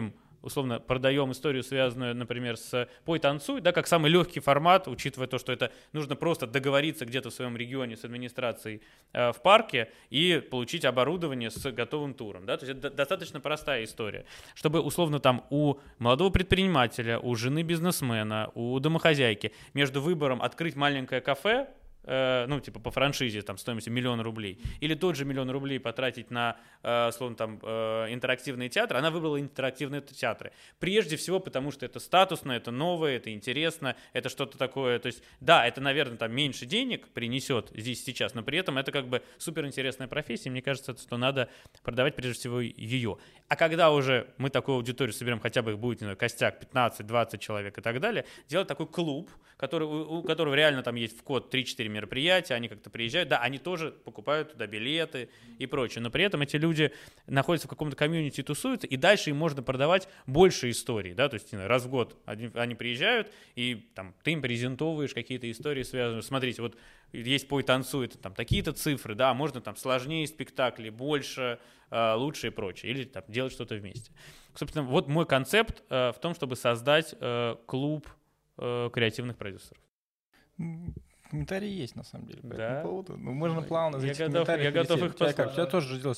условно продаем историю, связанную, например, с «Пой, танцуй», да, как самый легкий формат, учитывая то, что это нужно просто договориться где-то в своем регионе с администрацией в парке и получить оборудование с готовым туром, да, то есть это достаточно простая история, чтобы условно там у молодого предпринимателя, у жены бизнесмена, у домохозяйки между выбором открыть маленькое кафе, ну, типа по франшизе, там, стоимостью 1 000 000 рублей, или тот же 1 000 000 рублей потратить на, словно, там, интерактивные театры, она выбрала интерактивные театры. Прежде всего, потому что это статусно, это новое, это интересно, это что-то такое, то есть, да, это, наверное, там, меньше денег принесет здесь сейчас, но при этом это как бы суперинтересная профессия, мне кажется, что надо продавать прежде всего ее. А когда уже мы такую аудиторию соберем, хотя бы их будет, не знаю, костяк 15-20 человек и так далее, делать такой клуб, у которого реально там есть в год 3-4 мероприятия, они как-то приезжают, да, они тоже покупают туда билеты и прочее, но при этом эти люди находятся в каком-то комьюнити, тусуются, и дальше им можно продавать больше историй, да, то есть раз в год они приезжают, и там ты им презентовываешь какие-то истории, связанные, смотрите, вот есть «Пой, танцуй», это там такие-то цифры, да, можно там сложнее спектакли, больше, лучше и прочее, или там делать что-то вместе. Собственно, вот мой концепт в том, чтобы создать клуб креативных продюсеров. Комментарии есть, на самом деле, по да? этому поводу. Ну, можно плавно зайти в комментарии. Я готов их послушать. У тебя тоже родилось.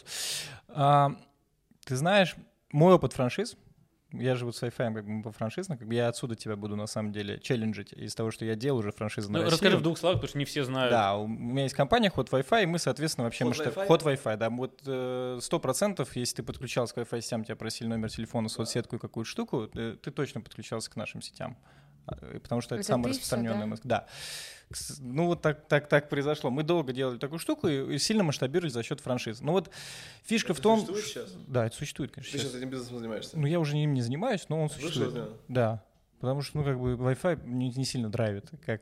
Ты знаешь, мой опыт франшиз, я живу с Wi-Fi как бы по франшизам, как бы я отсюда тебя буду на самом деле челленджить из того, что я делал уже франшизы на Россию. Расскажи в 2 словах, потому что не все знают. Да, у меня есть компания Hot Wi-Fi, и мы, соответственно, вообще... Hot Wi-Fi, да. Вот 100%, если ты подключался к Wi-Fi сетям, тебя просили номер телефона, соцсетку и какую-то штуку, ты точно подключался к нашим сетям. Потому что это самый распространенный... Да. Ну вот так произошло. Мы долго делали такую штуку и сильно масштабировали за счет франшиз. Но вот фишка в том... Существует сейчас? Да, это существует, конечно. Ты сейчас этим бизнесом занимаешься? Ну я уже им не занимаюсь, но он существует. Вышло, да. Потому что, ну, как бы, Wi-Fi не сильно драйвит, как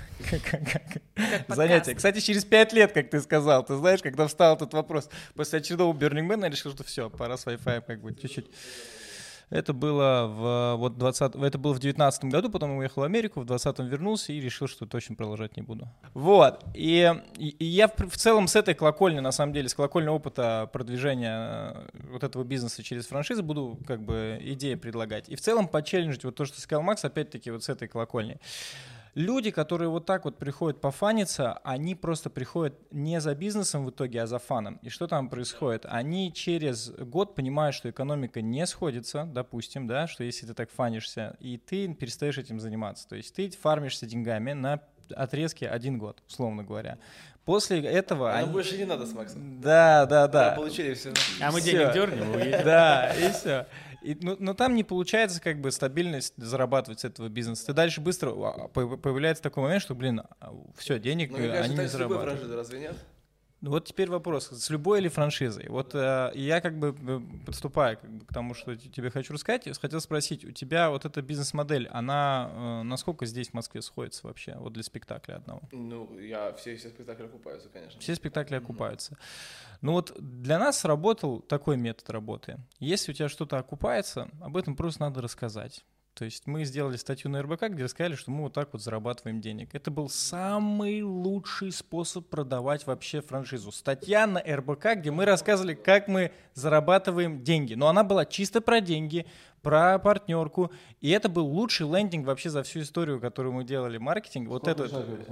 занятие. Кстати, через 5 лет, как ты сказал, ты знаешь, когда встал этот вопрос, после очередного Burning Man, я решил, что все, пора с Wi-Fi как бы чуть-чуть. Это было в 2019 году, потом я уехал в Америку, в 2020 вернулся и решил, что точно продолжать не буду. Вот. И я в целом с этой колокольни, на самом деле, с колокольни опыта продвижения вот этого бизнеса через франшизы буду как бы идеи предлагать. И в целом почелленджить вот то, что сказал Макс, опять-таки вот с этой колокольни. Люди, которые вот так вот приходят пофаниться, они просто приходят не за бизнесом в итоге, а за фаном. И что там происходит? Они через год понимают, что экономика не сходится, допустим, да, что если ты так фанишься, и ты перестаешь этим заниматься. То есть ты фармишься деньгами на отрезке 1 год, условно говоря. После этого... Нам больше не надо с Максом. Да. Получили все. А мы денег дернем, уедем. Да, и все. Но там не получается как бы стабильность зарабатывать с этого бизнеса. Ты дальше быстро появляется такой момент, что, все, денег они не зарабатывают. Франшиза, разве нет? Вот теперь вопрос, с любой или франшизой? Вот я как бы подступаю к тому, что тебе хочу рассказать, хотел спросить, у тебя вот эта бизнес-модель, она насколько здесь в Москве сходится вообще, вот для спектакля одного? Ну, все спектакли окупаются, конечно. Все спектакли окупаются. Ну вот для нас сработал такой метод работы. Если у тебя что-то окупается, об этом просто надо рассказать. То есть мы сделали статью на РБК, где рассказали, что мы вот так вот зарабатываем денег. Это был самый лучший способ продавать вообще франшизу. Статья на РБК, где мы рассказывали, как мы зарабатываем деньги. Но она была чисто про деньги, про партнерку. И это был лучший лендинг вообще за всю историю, которую мы делали маркетинг. Вот это.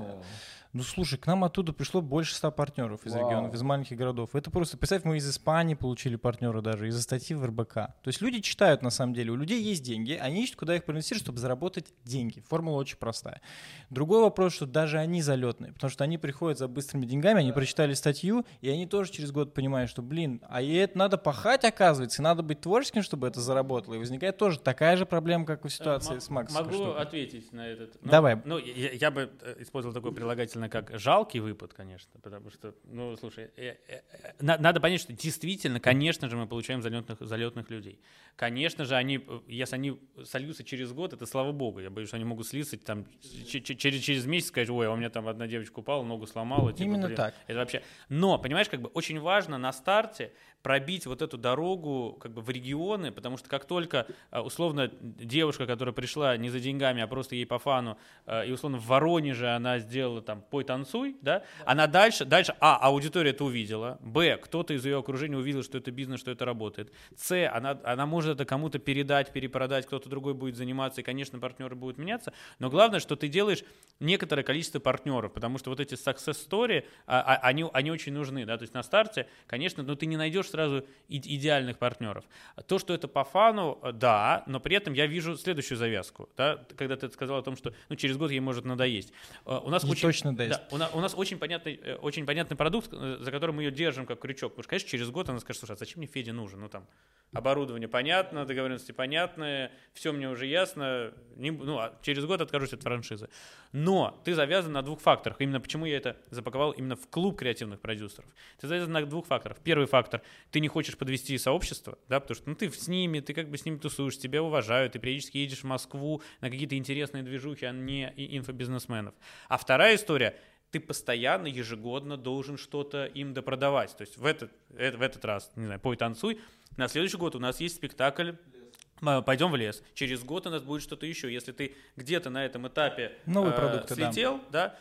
Ну, слушай, к нам оттуда пришло больше 100 партнеров из регионов, из маленьких городов. Это просто, представь, мы из Испании получили партнера даже, из-за статьи в РБК. То есть люди читают, на самом деле, у людей есть деньги, они ищут, куда их проинвестировать, чтобы заработать деньги. Формула очень простая. Другой вопрос, что даже они залетные, потому что они приходят за быстрыми деньгами, они прочитали статью, и они тоже через год понимают, что, а и это надо пахать, оказывается, и надо быть творческим, чтобы это заработало. И возникает тоже такая же проблема, как в ситуации с Максом. Могу ответить на этот. Давай. Ну, я бы использовал такое прилагательное, как жалкий выпад, конечно, потому что, ну, слушай, надо понять, что действительно, конечно же, мы получаем залетных людей. Конечно же, если они сольются через год, это слава богу. Я боюсь, что они могут слиться там через месяц, сказать, ой, а у меня там одна девочка упала, ногу сломала. Именно так. Это вообще. Но, понимаешь, как бы очень важно на старте пробить вот эту дорогу как бы в регионы, потому что как только условно девушка, которая пришла не за деньгами, а просто ей по фану, и условно в Воронеже она сделала там «пой, танцуй», да, она дальше, аудитория это увидела, кто-то из ее окружения увидел, что это бизнес, что это работает, она может это кому-то передать, перепродать, кто-то другой будет заниматься, и, конечно, партнеры будут меняться, но главное, что ты делаешь некоторое количество партнеров, потому что вот эти success story, они очень нужны, да, то есть на старте, конечно, но ты не найдешь сразу идеальных партнеров. То, что это по фану, да, но при этом я вижу следующую завязку, да, когда ты сказал о том, что через год ей может надоесть. У нас у нас очень понятный продукт, за который мы ее держим как крючок, потому что, конечно, через год она скажет: слушай, а зачем мне Федя нужен? Ну там оборудование понятно, договоренности понятны, все мне уже ясно, через год откажусь от франшизы. Но ты завязан на двух факторах. Именно почему я это запаковал именно в клуб креативных продюсеров. Ты завязан на двух факторах. Первый фактор — ты не хочешь подвести сообщество, да, потому что ты с ними, ты как бы с ними тусуешь, тебя уважают, ты периодически едешь в Москву на какие-то интересные движухи, а не инфобизнесменов. А вторая история — ты постоянно, ежегодно должен что-то им допродавать. То есть в этот раз, не знаю, «Пой, танцуй», на следующий год у нас есть спектакль «Пойдем в лес». Через год у нас будет что-то еще. Если ты где-то на этом этапе слетел, да,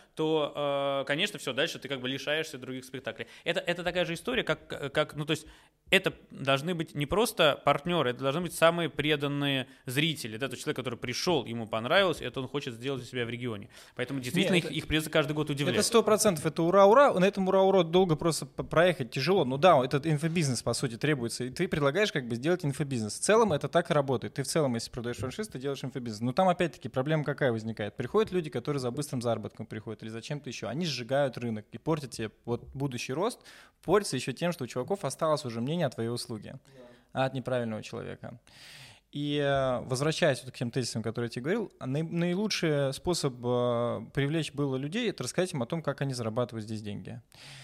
то, конечно, все, дальше ты как бы лишаешься других спектаклей. Это такая же история, как то есть это должны быть не просто партнеры, это должны быть самые преданные зрители. Да, то есть человек, который пришел, ему понравилось, это он хочет сделать у себя в регионе. Поэтому действительно их придется каждый год удивлять. Это 100%, это ура-ура. На этом ура-ура долго просто проехать тяжело. Ну да, этот инфобизнес, по сути, требуется. И ты предлагаешь как бы сделать инфобизнес. В целом это так и работает. Ты в целом, если продаешь франшиз, ты делаешь инфобизнес. Но там опять-таки проблема какая возникает? Приходят люди, которые за быстрым заработком приходят или за чем-то еще. Они сжигают рынок и портят тебе вот будущий рост, портится еще тем, что у чуваков осталось уже мнение о твоей услуге, от неправильного человека. И возвращаясь вот к тем тезисам, которые я тебе говорил, наилучший способ привлечь было людей — это рассказать им о том, как они зарабатывают здесь деньги.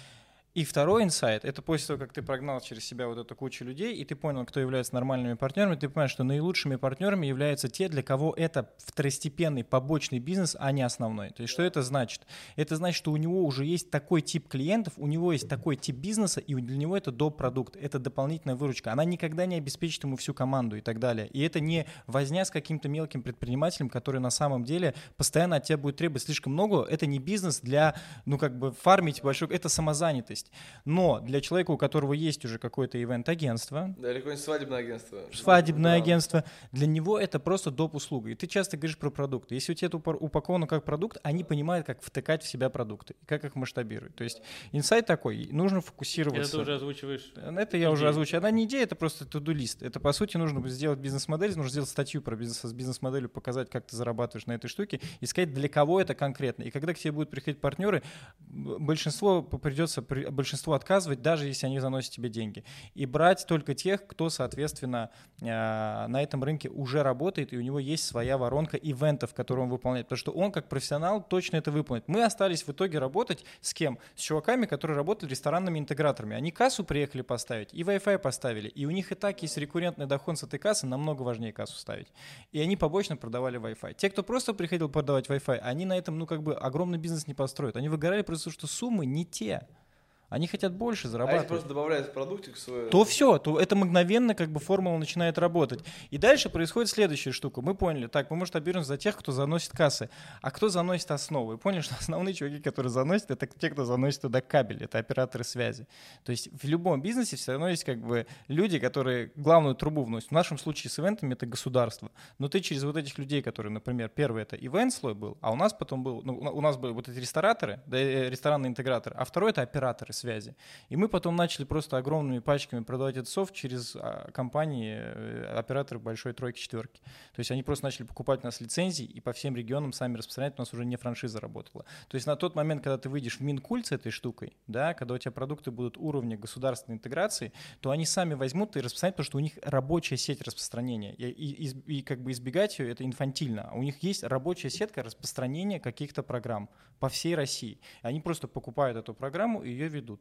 И второй инсайт — это после того, как ты прогнал через себя вот эту кучу людей, и ты понял, кто является нормальными партнерами, ты понимаешь, что наилучшими партнерами являются те, для кого это второстепенный, побочный бизнес, а не основной. То есть что это значит? Это значит, что у него уже есть такой тип клиентов, у него есть такой тип бизнеса, и для него это доп-продукт, это дополнительная выручка. Она никогда не обеспечит ему всю команду и так далее. И это не возня с каким-то мелким предпринимателем, который на самом деле постоянно от тебя будет требовать слишком много. Это не бизнес для, фармить большой, это самозанятость. Но для человека, у которого есть уже какое-то ивент-агентство, да, или какое-нибудь свадебное агентство, для него это просто доп-услуга. И ты часто говоришь про продукты. Если у тебя это упаковано как продукт, они понимают, как втыкать в себя продукты, как их масштабировать. То есть инсайт такой, нужно фокусироваться. Это ты уже озвучиваешь? Это я уже озвучиваю. Она не идея, это просто to-do-лист. Это, по сути, нужно сделать бизнес-модель, нужно сделать статью про с бизнес-моделью, показать, как ты зарабатываешь на этой штуке, и сказать, для кого это конкретно. И когда к тебе будут приходить партнеры, большинство отказывать, даже если они заносят тебе деньги. И брать только тех, кто, соответственно, на этом рынке уже работает, и у него есть своя воронка ивентов, которые он выполняет. Потому что он, как профессионал, точно это выполнит. Мы остались в итоге работать с кем? С чуваками, которые работали ресторанными интеграторами. Они кассу приехали поставить, и Wi-Fi поставили. И у них и так есть рекуррентный доход с этой кассы, намного важнее кассу ставить. И они побочно продавали Wi-Fi. Те, кто просто приходил продавать Wi-Fi, они на этом, огромный бизнес не построят. Они выгорали просто, что суммы не те. Они хотят больше зарабатывать. А если просто добавляют в продуктик свой... То все, то это мгновенно формула начинает работать. И дальше происходит следующая штука. Мы поняли, мы масштабируемся за тех, кто заносит кассы. А кто заносит основы? И поняли, что основные чуваки, которые заносят, это те, кто заносит туда кабель, это операторы связи. То есть в любом бизнесе все равно есть люди, которые главную трубу вносят. В нашем случае с ивентами это государство. Но ты через вот этих людей, которые, например, первый это ивент-слой был, а у нас потом у нас были вот эти рестораторы, ресторанные интеграторы, а второй это операторы связи. И мы потом начали просто огромными пачками продавать этот софт через компании, операторы большой тройки, четверки. То есть они просто начали покупать у нас лицензии и по всем регионам сами распространять, у нас уже не франшиза работала. То есть на тот момент, когда ты выйдешь в Минкульт с этой штукой, да, когда у тебя продукты будут уровня государственной интеграции, то они сами возьмут и распространят, потому что у них рабочая сеть распространения. И избегать ее — это инфантильно. У них есть рабочая сетка распространения каких-то программ по всей России. Они просто покупают эту программу и ее ведут.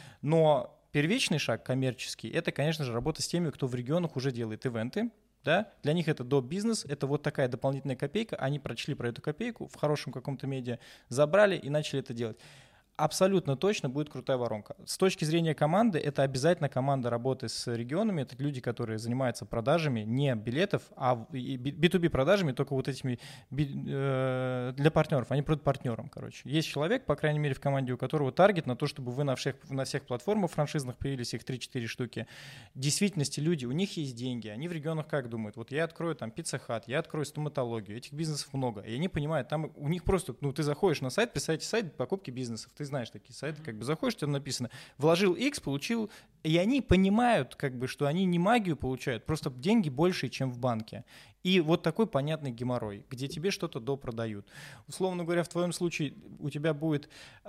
Но первичный шаг коммерческий — это, конечно же, работа с теми, кто в регионах уже делает ивенты. Да? Для них это доп-бизнес, это вот такая дополнительная копейка. Они прочли про эту копейку в хорошем каком-то медиа, забрали и начали это делать. абсолютно точно будет крутая воронка. С точки зрения команды, это обязательно команда работы с регионами. Это люди, которые занимаются продажами не билетов, а B2B продажами, только вот этими для партнеров. Они продают партнерам, короче. Есть человек, по крайней мере, в команде, у которого таргет на то, чтобы вы на всех платформах франшизных появились, их 3-4 штуки. В действительности люди, у них есть деньги. Они в регионах как думают? Вот я открою там Pizza Hut, я открою стоматологию. Этих бизнесов много. И они понимают, там у них просто, ты заходишь на сайт, представьте, сайт покупки бизнесов. Ты знаешь такие сайты, как бы заходишь, там написано, вложил X, получил, и они понимают, как бы, что они не магию получают, просто деньги больше, чем в банке. И вот такой понятный геморрой, где тебе что-то допродают. Условно говоря, в твоем случае у тебя будет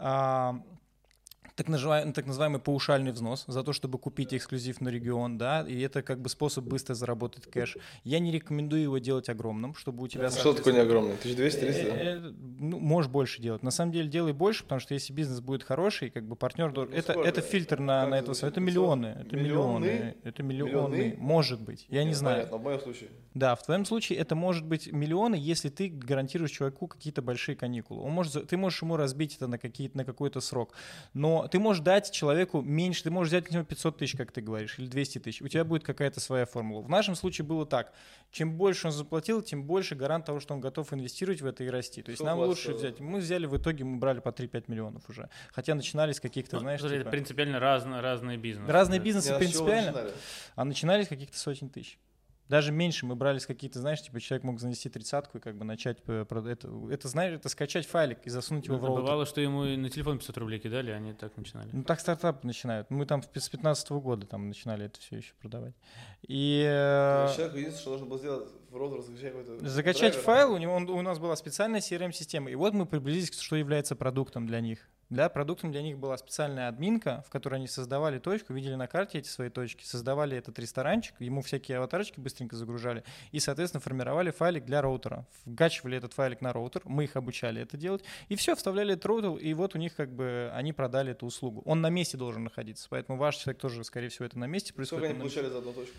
так называемый паушальный взнос за то, чтобы купить эксклюзив на регион, да, и это как бы способ быстро заработать кэш. Я не рекомендую его делать огромным, чтобы у тебя... Что такое не огромный? 1200-300? Ну, можешь больше делать. На самом деле делай больше, потому что если бизнес будет хороший, как бы партнер... Это фильтр на это. Это миллионы. Это миллионы. Может быть. Я не знаю. Понятно, в моем случае. Да, в твоем случае это может быть миллионы, если ты гарантируешь человеку какие-то большие каникулы. Ты можешь ему разбить это на какой-то срок. Но ты можешь дать человеку меньше, ты можешь взять от него 500 тысяч, как ты говоришь, или 200 тысяч. У тебя будет какая-то своя формула. В нашем случае было так. Чем больше он заплатил, тем больше гарант того, что он готов инвестировать в это и расти. То есть нам лучше взять. Мы взяли, в итоге мы брали по 3-5 миллионов уже. Хотя начинали с каких-то, знаешь... Это принципиально разные бизнесы. Разные бизнесы принципиально. А начинали с каких-то сотен тысяч. Даже меньше мы брали с какие-то, знаешь, типа человек мог занести 30-ку и как бы начать это, знаешь, это скачать файлик и засунуть его в роутер. Бывало, что ему на телефон 500 рублей кидали, они так начинали. Ну так стартапы начинают. Мы там с 2015 года там начинали это все еще продавать. И человек единственное, что нужно было сделать в роутер, закачать файл, у нас была специальная CRM-система. И вот мы приблизились, что является продуктом для них. Продуктом для них была специальная админка, в которой они создавали точку, видели на карте эти свои точки, создавали этот ресторанчик, ему всякие аватарочки быстренько загружали и, соответственно, формировали файлик для роутера. Вгачивали этот файлик на роутер, мы их обучали это делать, и все, вставляли этот роутер, и вот у них как бы они продали эту услугу. Он на месте должен находиться, поэтому ваш человек тоже, скорее всего, это на месте происходит. Сколько они получали за одну точку?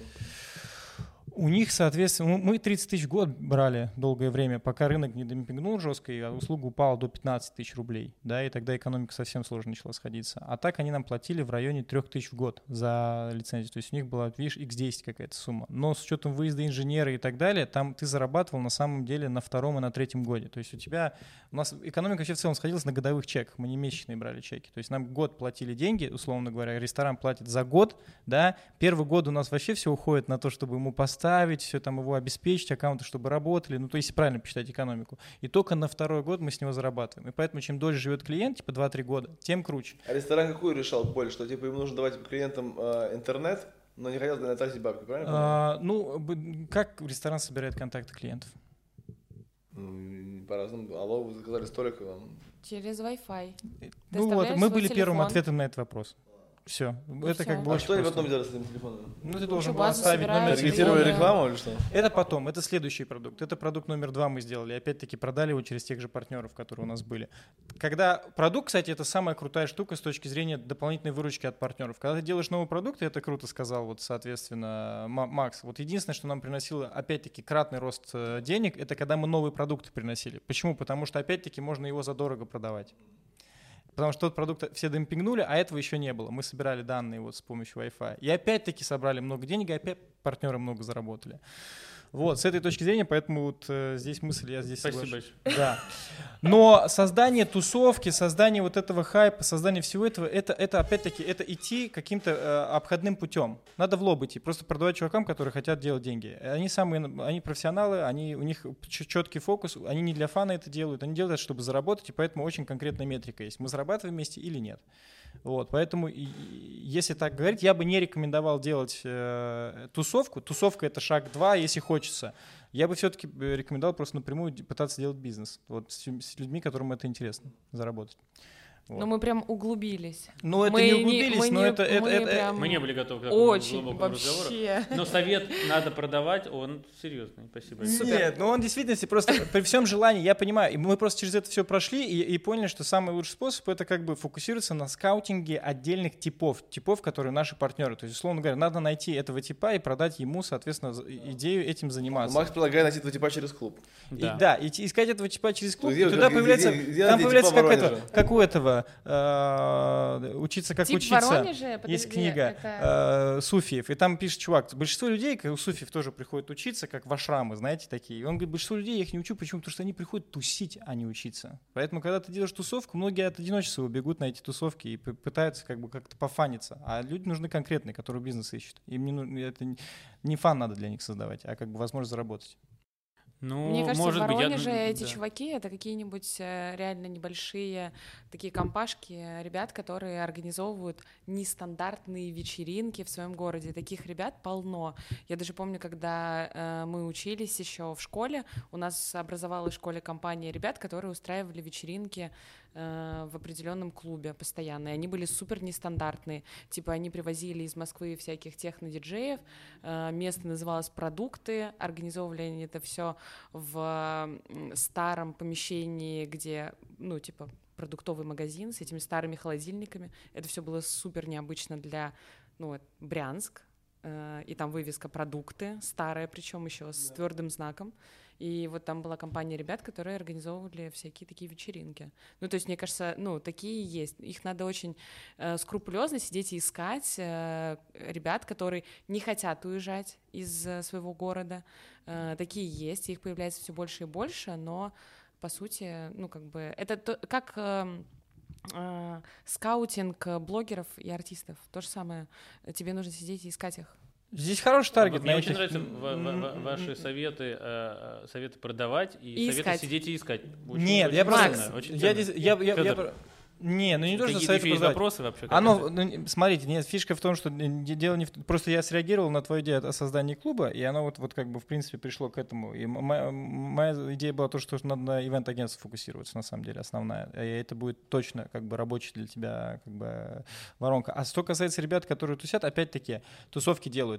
У них, соответственно, мы 30 тысяч в год брали долгое время, пока рынок не демпингнул жестко, и услуга упала до 15 тысяч рублей, да, и тогда экономика совсем сложно начала сходиться. А так они нам платили в районе 3 тысяч в год за лицензию, то есть у них была, видишь, x10 какая-то сумма. Но с учетом выезда инженера и так далее, там ты зарабатывал на самом деле на 2-м и на 3-м годе. То есть у нас экономика вообще в целом сходилась на годовых чеках, мы не месячные брали чеки. То есть нам год платили деньги, условно говоря, ресторан платит за год, да, первый год у нас вообще все уходит на то, чтобы ему поставить, все там его обеспечить, аккаунты, чтобы работали, ну, то есть правильно посчитать экономику. И только на 2-й год мы с него зарабатываем. И поэтому чем дольше живет клиент, типа 2-3 года, тем круче. А ресторан какую решал боль, что типа ему нужно давать клиентам интернет, но не хотел тратить бабки, правильно? Как ресторан собирает контакты клиентов? По-разному. Алло, вы заказали столик. Через Wi-Fi. Ну вот, мы были первым ответом на этот вопрос. Все. Это все. как бы что они потом делали с этим телефоном? Ну, ты должен был оставить номер телефона. Рекламу или что? Это потом, это следующий продукт. Это продукт номер 2 мы сделали. Опять-таки продали его через тех же партнеров, которые у нас были. Когда продукт, кстати, это самая крутая штука с точки зрения дополнительной выручки от партнеров. Когда ты делаешь новый продукт, и это круто сказал, вот, соответственно, Макс. Вот единственное, что нам приносило, опять-таки, кратный рост денег, это когда мы новые продукты приносили. Почему? Потому что, опять-таки, можно его задорого продавать. Потому что тот продукт все демпингнули, а этого еще не было. Мы собирали данные вот с помощью Wi-Fi. И опять-таки собрали много денег, и опять партнеры много заработали. Вот, с этой точки зрения, поэтому вот здесь мысль, я здесь соглашусь. Спасибо большое. Да. Но создание тусовки, создание вот этого хайпа, создание всего этого, это опять-таки, это идти каким-то обходным путем. Надо в лоб идти, просто продавать чувакам, которые хотят делать деньги. Они профессионалы, у них четкий фокус, они не для фана это делают, они делают это, чтобы заработать, и поэтому очень конкретная метрика есть. Мы зарабатываем вместе или нет. Вот, поэтому, если так говорить, я бы не рекомендовал делать тусовку. Тусовка — это шаг 2, если хочется. Я бы все-таки рекомендовал просто напрямую пытаться делать бизнес. Вот, с людьми, которым это интересно, заработать. Вот. Но мы прям углубились. Ну, это не углубились, но это... Мы не были готовы к такому очень глубокому разговору. Но совет надо продавать, он серьезный. Спасибо. Нет, ну он действительно просто при всем желании, я понимаю, и мы просто через это все прошли и поняли, что самый лучший способ — это как бы фокусироваться на скаутинге отдельных типов, которые наши партнеры. То есть, условно говоря, надо найти этого типа и продать ему, соответственно, идею этим заниматься. Макс предлагает найти этого типа через клуб. Да, искать этого типа через клуб, и туда появляется как у этого Куба, учиться как учиться. Воронеже, есть книга суфиев, и там пишет чувак, большинство людей, как у суфиев тоже приходят учиться, как в ашрамы, знаете, такие. И он говорит, большинство людей я их не учу, почему? Потому что они приходят тусить, а не учиться. Поэтому, когда ты делаешь тусовку, многие от одиночества убегут на эти тусовки и пытаются как бы как-то пофаниться. А люди нужны конкретные, которые бизнес ищут. Им это не фан надо для них создавать, а как бы возможность заработать. Ну, мне кажется, в Воронеже эти чуваки — это какие-нибудь реально небольшие такие компашки ребят, которые организовывают нестандартные вечеринки в своем городе. Таких ребят полно. Я даже помню, когда мы учились еще в школе, у нас образовалась в школе компания ребят, которые устраивали вечеринки в определенном клубе постоянно, и они были супер нестандартные. Типа они привозили из Москвы всяких технодиджеев, место называлось «Продукты», организовывали они это все в старом помещении, где, ну, типа, продуктовый магазин с этими старыми холодильниками. Это все было супер необычно для, ну, Брянск, и там вывеска «Продукты», старая, причем еще с твердым знаком. И вот там была компания ребят, которые организовывали всякие такие вечеринки. Ну, то есть, мне кажется, ну, такие есть. Их надо очень скрупулезно сидеть и искать. Ребят, которые не хотят уезжать из своего города. Такие есть, их появляется все больше и больше, но, по сути, ну, как бы, это как скаутинг блогеров и артистов. То же самое. Тебе нужно сидеть и искать их. Здесь хороший таргет. Мне очень нравятся ваши советы продавать и советы искать. Сидеть и искать. Нет, я просто... Не, ну не то, что советы продавать. Вопросы вообще? Смотрите, нет, фишка в том, что дело не в... Просто я среагировал на твою идею о создании клуба, и оно вот как бы в принципе пришло к этому. И моя идея была то, что надо на ивент-агентство фокусироваться, на самом деле, основная. И это будет точно как бы рабочая для тебя как бы воронка. А что касается ребят, которые тусят, опять-таки, тусовки делают.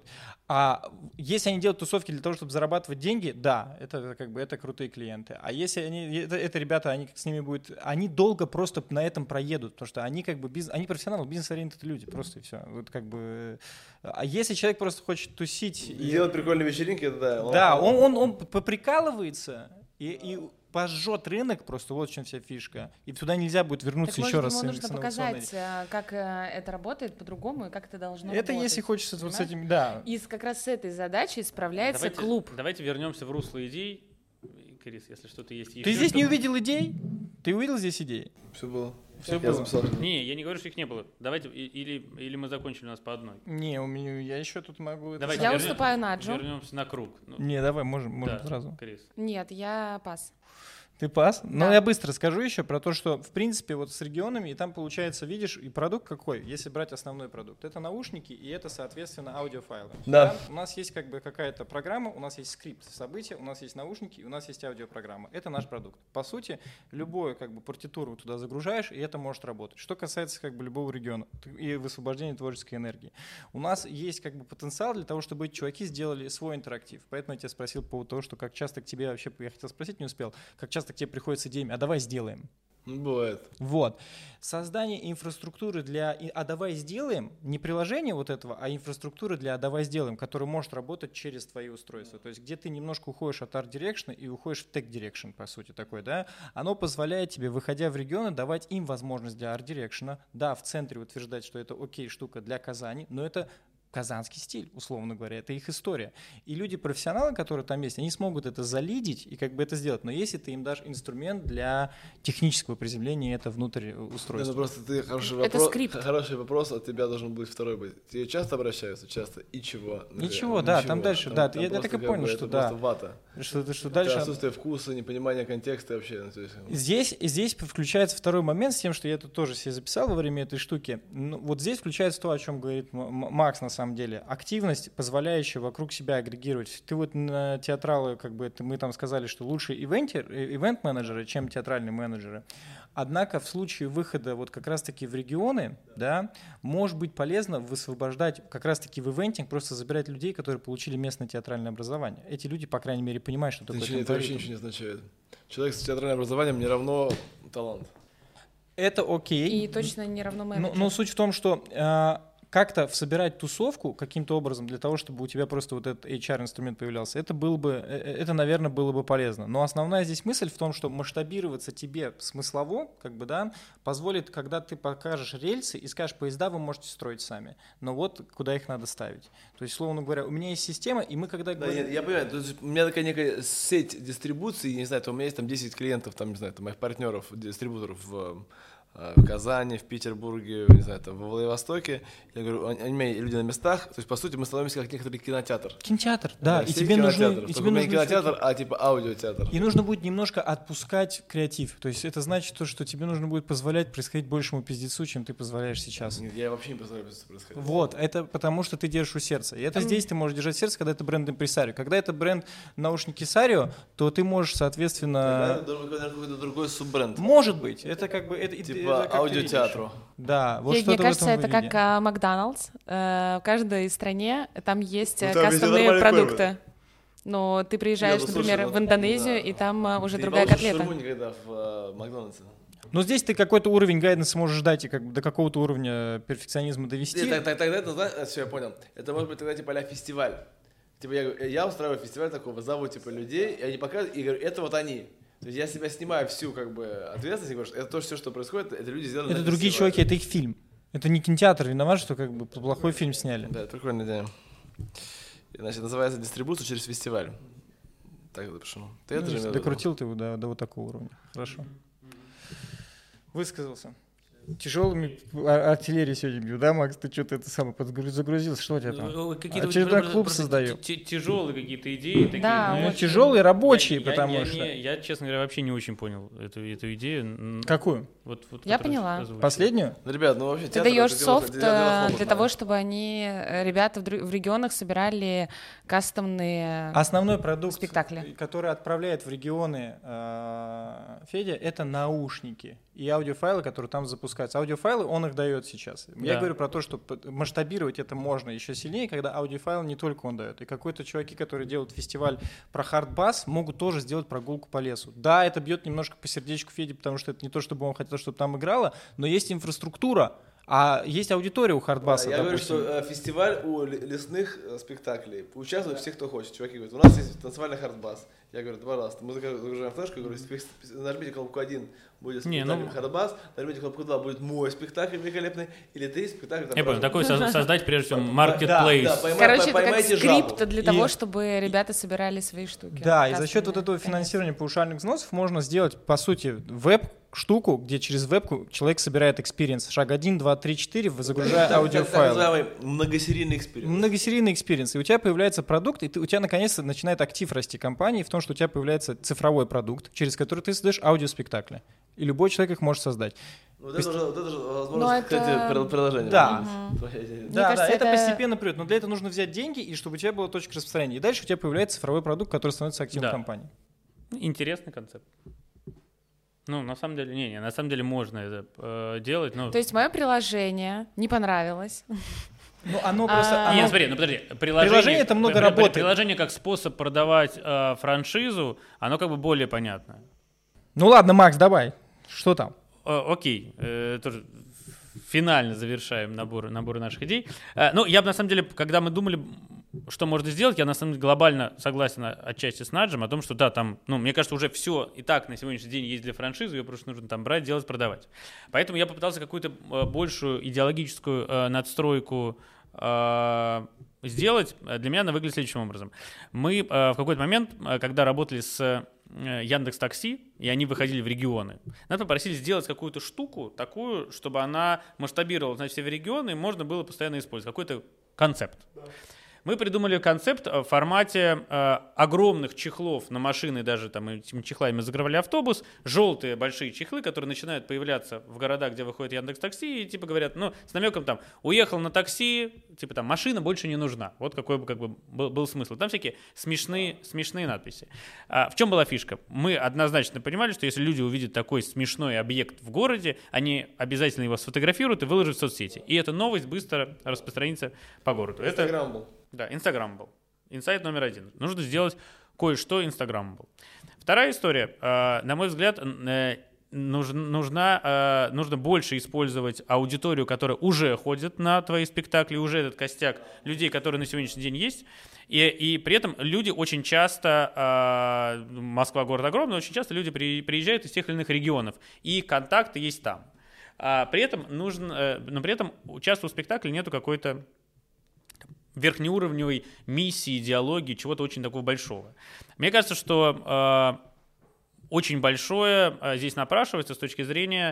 А если они делают тусовки для того, чтобы зарабатывать деньги, да, это как бы это крутые клиенты. А если это ребята, они с ними будут... Они долго просто на этом проедут, потому что они как бы они профессионалы, бизнес-ориентированные люди, просто и все. Вот как бы. А если человек просто хочет тусить и делать прикольные вечеринки, это да. Да, он поприкалывается и пожжет рынок, просто вот в чем вся фишка. И туда нельзя будет вернуться так, еще раз. Ему нужно показать, как это работает по-другому и как это должно работать. Это если хочется вот с этим, да. И как раз с этой задачей справляется клуб. Давайте вернемся в русло идей. Крис, если что-то есть. Ты здесь не увидел идей? Ты увидел здесь идеи? Все было. Все было. Не, я не говорю, что их не было. Давайте, или мы закончили у нас по одной. Не, у меня я еще тут могу. Давайте я уступаю Наджу. Вернемся на круг. Не, давай, можем сразу. Крис. Нет, я пас. Ты пас? Да. Но я быстро скажу еще про то, что, в принципе, вот с регионами, и там получается, видишь, и продукт какой, если брать основной продукт. Это наушники, и это, соответственно, аудиофайлы. Да. У нас есть как бы какая-то программа, у нас есть скрипт события, у нас есть наушники, и у нас есть аудиопрограмма. Это наш продукт. По сути, любую как бы партитуру туда загружаешь, и это может работать. Что касается как бы любого региона и высвобождения творческой энергии. У нас есть как бы потенциал для того, чтобы эти чуваки сделали свой интерактив. Поэтому я тебя спросил по поводу того, что как часто к тебе вообще, я хотел спросить, не успел, как часто к тебе приходит с идеями, а давай сделаем. Ну, бывает. Вот. Создание инфраструктуры для «а давай сделаем», не приложение вот этого, а инфраструктуры для «а давай сделаем», которая может работать через твои устройства. То есть где ты немножко уходишь от арт-дирекшена и уходишь в тег-дирекшн, по сути, такой, да, оно позволяет тебе, выходя в регионы, давать им возможность для арт-дирекшена, да, в центре утверждать, что это окей штука для Казани, но это казанский стиль, условно говоря, это их история. И люди-профессионалы, которые там есть, они смогут это залидить и как бы это сделать. Но если ты им дашь инструмент для технического приземления это внутрь устройства. Это просто ты хороший вопрос, от тебя должен быть второй быть. Тебе часто обращаются? Часто. И чего? Ничего, да, там дальше, да. Я так и понял, что да. Просто вата. Что дальше... Отсутствие вкуса, непонимание контекста вообще. Здесь включается второй момент с тем, что я тут тоже себе записал во время этой штуки. Вот здесь включается то, о чем говорит Макс на самом деле. Активность, позволяющая вокруг себя агрегировать. Ты вот на театралы, как бы мы там сказали, что лучше ивент-менеджеры, чем театральные менеджеры. Однако в случае выхода вот как раз-таки в регионы, да, может быть полезно высвобождать как раз-таки в ивентинг, просто забирать людей, которые получили местное театральное образование. Эти люди, по крайней мере, понимают, что такое это вообще ничего не означает. Человек с театральным образованием не равно талант. Это окей. И точно не равно менеджер. Но суть в том, что как-то собирать тусовку каким-то образом для того, чтобы у тебя просто вот этот HR-инструмент появлялся, это, наверное, было бы полезно. Но основная здесь мысль в том, что масштабироваться тебе смыслово, позволит, когда ты покажешь рельсы и скажешь, поезда вы можете строить сами, но вот куда их надо ставить. То есть, словно говоря, у меня есть система, и мы когда говорим... Нет, я понимаю, то есть у меня такая некая сеть дистрибуции, не знаю, у меня есть там 10 клиентов, там, не знаю, там, моих партнеров, дистрибуторов в Казани, в Петербурге, не знаю, там, во Владивостоке. Я говорю, они у меня люди на местах. То есть, по сути, мы становимся как некоторый кинотеатр. Кинотеатр, да. И тебе нужно... Только не кинотеатр, а типа аудиотеатр. И нужно будет немножко отпускать креатив. То есть это значит то, что тебе нужно будет позволять происходить большему пиздецу, чем ты позволяешь сейчас. Нет, я вообще не позволяю пиздецу происходить. Вот, это потому, что ты держишь у сердца. И это здесь ты можешь держать сердце, когда это бренд импресарио. Когда это бренд наушники Сарио, то ты можешь, соответственно... Это какой-то другой суббренд. Может быть. Это как бы... Типа аудиотеатру. Да, вот мне кажется, это как Макдоналдс. В каждой стране там есть кастомные продукты. Но ты приезжаешь, например, в Индонезию, и там уже другая котлета. Я не никогда в Макдональдсе. Но здесь ты какой-то уровень гайденса можешь ждать и до какого-то уровня перфекционизма довести. Тогда это, знаешь, все, я понял. Это может быть тогда типа а-ля фестиваль. Типа я устраиваю фестиваль такого, зову типа людей, и они показывают, и говорю, это вот они. То есть я себя снимаю всю как бы ответственность, и говорю, что это то, все, что происходит, это люди сделали. Это другие чуваки, это их фильм. Это не кинотеатр виноват, что как бы плохой фильм сняли. Да, это прикольная идея. Значит, называется дистрибуция через фестиваль. Так запишу. Ты это же докрутил ты его до вот такого уровня. Хорошо. Высказался. Тяжелыми артиллерией сегодня бью, да, Макс? Ты что-то это самое загрузился, что у тебя там? Очередной клуб создаю. Тяжелые какие-то идеи. Такие, да, ну, тяжелые, рабочие, потому что... Я, честно говоря, вообще не очень понял эту идею. Какую? Вот, я поняла. Последнюю? Ну, ребят, ну вообще... Ты даешь софт для того, чтобы ребята в регионах собирали кастомные основной продукт, спектакли, который отправляет в регионы Федя, это наушники и аудиофайлы, которые там запускаются. Аудиофайлы он их дает сейчас. Да. Я говорю про то, что масштабировать это можно еще сильнее, когда аудиофайлы не только он дает. И какой-то чуваки, которые делают фестиваль про хардбас, могут тоже сделать прогулку по лесу. Да, это бьет немножко по сердечку Феди, потому что это не то, чтобы он хотел, чтобы там играло, но есть инфраструктура, а есть аудитория у хардбаса. Я говорю, что фестиваль у лесных спектаклей. Поучаствуют все, кто хочет. Чуваки говорят, у нас есть танцевальный хардбас. Я говорю, пожалуйста, мы загружаем флешку, говорю, нажмите кнопку 1, будет спектакль хардбас, нажмите кнопку 2, будет мой спектакль великолепный, или 3 спектакля. Я понял, такой создать прежде всего маркетплейс. Короче, это как скрипт для того, чтобы ребята собирали свои штуки. Да, и за счет вот этого финансирования паушальных взносов можно сделать, по сути, веб-штуку, где через вебку человек собирает экспириенс. Шаг 1, 2, 3, 4, загружая аудиофайл. Так называемый многосерийный экспириенс. Многосерийный экспириенс. И у тебя появляется продукт, и у тебя наконец-то начинает актив расти компании в том, что у тебя появляется цифровой продукт, через который ты создаешь аудиоспектакли. И любой человек их может создать. Вот это же возможность, кстати, приложение. Да. Да, это постепенно придет. Но для этого нужно взять деньги, и чтобы у тебя была точка распространения. И дальше у тебя появляется цифровой продукт, который становится активом компании. Интересный концепт. Ну, на самом деле, на самом деле можно это делать. Но... То есть мое приложение не понравилось. Ну, оно просто... Нет, смотри, подожди. Приложение это много работы. Приложение как способ продавать франшизу, оно как бы более понятно. Ну ладно, Макс, давай. Что там? Окей, тоже финально завершаем набор наших идей. Ну, я бы на самом деле, когда мы думали, что можно сделать, я на самом деле глобально согласен отчасти с Наджем о том, что да, там, ну, мне кажется, уже все и так на сегодняшний день есть для франшизы, ее просто нужно там брать, делать, продавать. Поэтому я попытался какую-то большую идеологическую надстройку сделать. Для меня она выглядит следующим образом. Мы в какой-то момент, когда работали с Яндекс.Такси, и они выходили в регионы, нас попросили сделать какую-то штуку такую, чтобы она масштабировалась на все регионы, и можно было постоянно использовать. Какой-то концепт. Мы придумали концепт в формате огромных чехлов на машины, даже там этими чехлами закрывали автобус, желтые большие чехлы, которые начинают появляться в городах, где выходит Яндекс.Такси, и типа говорят, ну, с намеком там, уехал на такси, типа там, машина больше не нужна. Вот какой бы как бы был смысл. Там всякие смешные надписи. В чем была фишка? Мы однозначно понимали, что если люди увидят такой смешной объект в городе, они обязательно его сфотографируют и выложат в соцсети. И эта новость быстро распространится по городу. Инстаграм был. Да, Инстаграм был. Инсайт номер 1. Нужно сделать кое-что Инстаграм был. Вторая история, на мой взгляд, нужно больше использовать аудиторию, которая уже ходит на твои спектакли, уже этот костяк людей, которые на сегодняшний день есть. И при этом люди очень часто, Москва город огромный, очень часто люди приезжают из тех или иных регионов, и контакты есть там. Но при этом участвуя в спектакле нету какой-то верхнеуровневой миссии, идеологии, чего-то очень такого большого. Мне кажется, что очень большое здесь напрашивается с точки зрения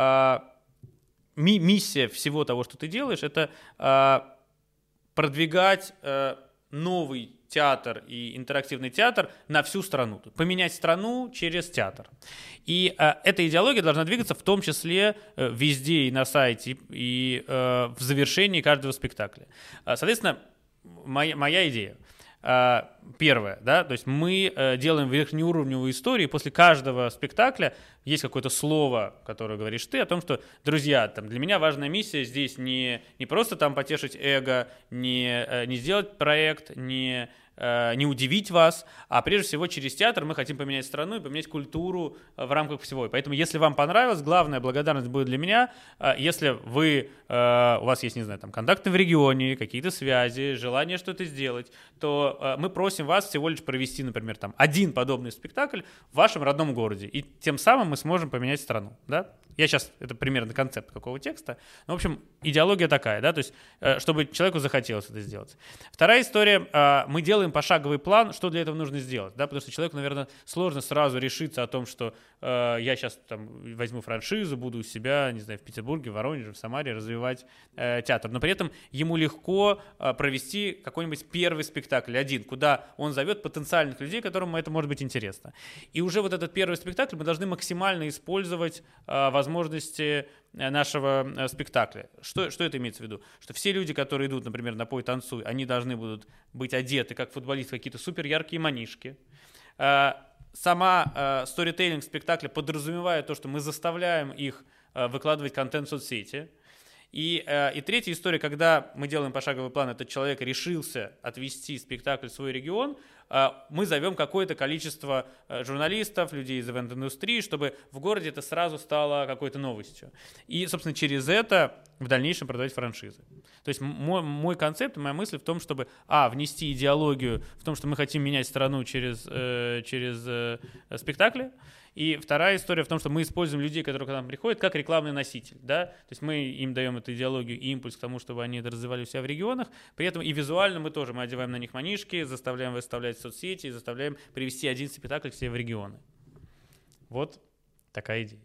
миссия всего того, что ты делаешь, это продвигать новый театр и интерактивный театр на всю страну. Поменять страну через театр. И эта идеология должна двигаться в том числе везде и на сайте, и в завершении каждого спектакля. Соответственно, моя идея. Первое, да, то есть мы делаем верхнеуровневую историю, и после каждого спектакля есть какое-то слово, которое говоришь ты, о том, что, друзья, там, для меня важная миссия здесь не просто там потешить эго, не сделать проект, не удивить вас, а прежде всего через театр мы хотим поменять страну и поменять культуру в рамках всего. И поэтому, если вам понравилось, главная благодарность будет для меня, если у вас есть, не знаю, там, контакты в регионе, какие-то связи, желание что-то сделать, то мы просим вас всего лишь провести, например, там, один подобный спектакль в вашем родном городе, и тем самым мы сможем поменять страну, да? Я сейчас, это примерно концепт какого текста. Но, в общем, идеология такая, да, то есть, чтобы человеку захотелось это сделать. Вторая история, мы делаем пошаговый план, что для этого нужно сделать, да, потому что человеку, наверное, сложно сразу решиться о том, что я сейчас там возьму франшизу, буду у себя, не знаю, в Петербурге, в Воронеже, в Самаре развивать театр. Но при этом ему легко провести какой-нибудь первый спектакль, один, куда он зовет потенциальных людей, которым это может быть интересно. И уже вот этот первый спектакль мы должны максимально использовать возможности нашего спектакля. Что это имеется в виду? Что все люди, которые идут, например, на «Пой, танцуй», они должны будут быть одеты, как футболисты, какие-то супер яркие манишки. Сама сторителлинг спектакля подразумевает то, что мы заставляем их выкладывать контент в соцсети. И третья история, когда мы делаем пошаговый план, этот человек решился отвести спектакль в свой регион, мы зовем какое-то количество журналистов, людей из ивент-индустрии, чтобы в городе это сразу стало какой-то новостью. И, собственно, через это в дальнейшем продавать франшизы. То есть мой концепт, моя мысль в том, чтобы, внести идеологию в том, что мы хотим менять страну через спектакли. И вторая история в том, что мы используем людей, которые к нам приходят, как рекламный носитель. Да? То есть мы им даем эту идеологию и импульс к тому, чтобы они это развивали у себя в регионах. При этом и визуально мы одеваем на них манишки, заставляем выставлять в соцсети и заставляем привести один спектакль к себе в регионы. Вот такая идея.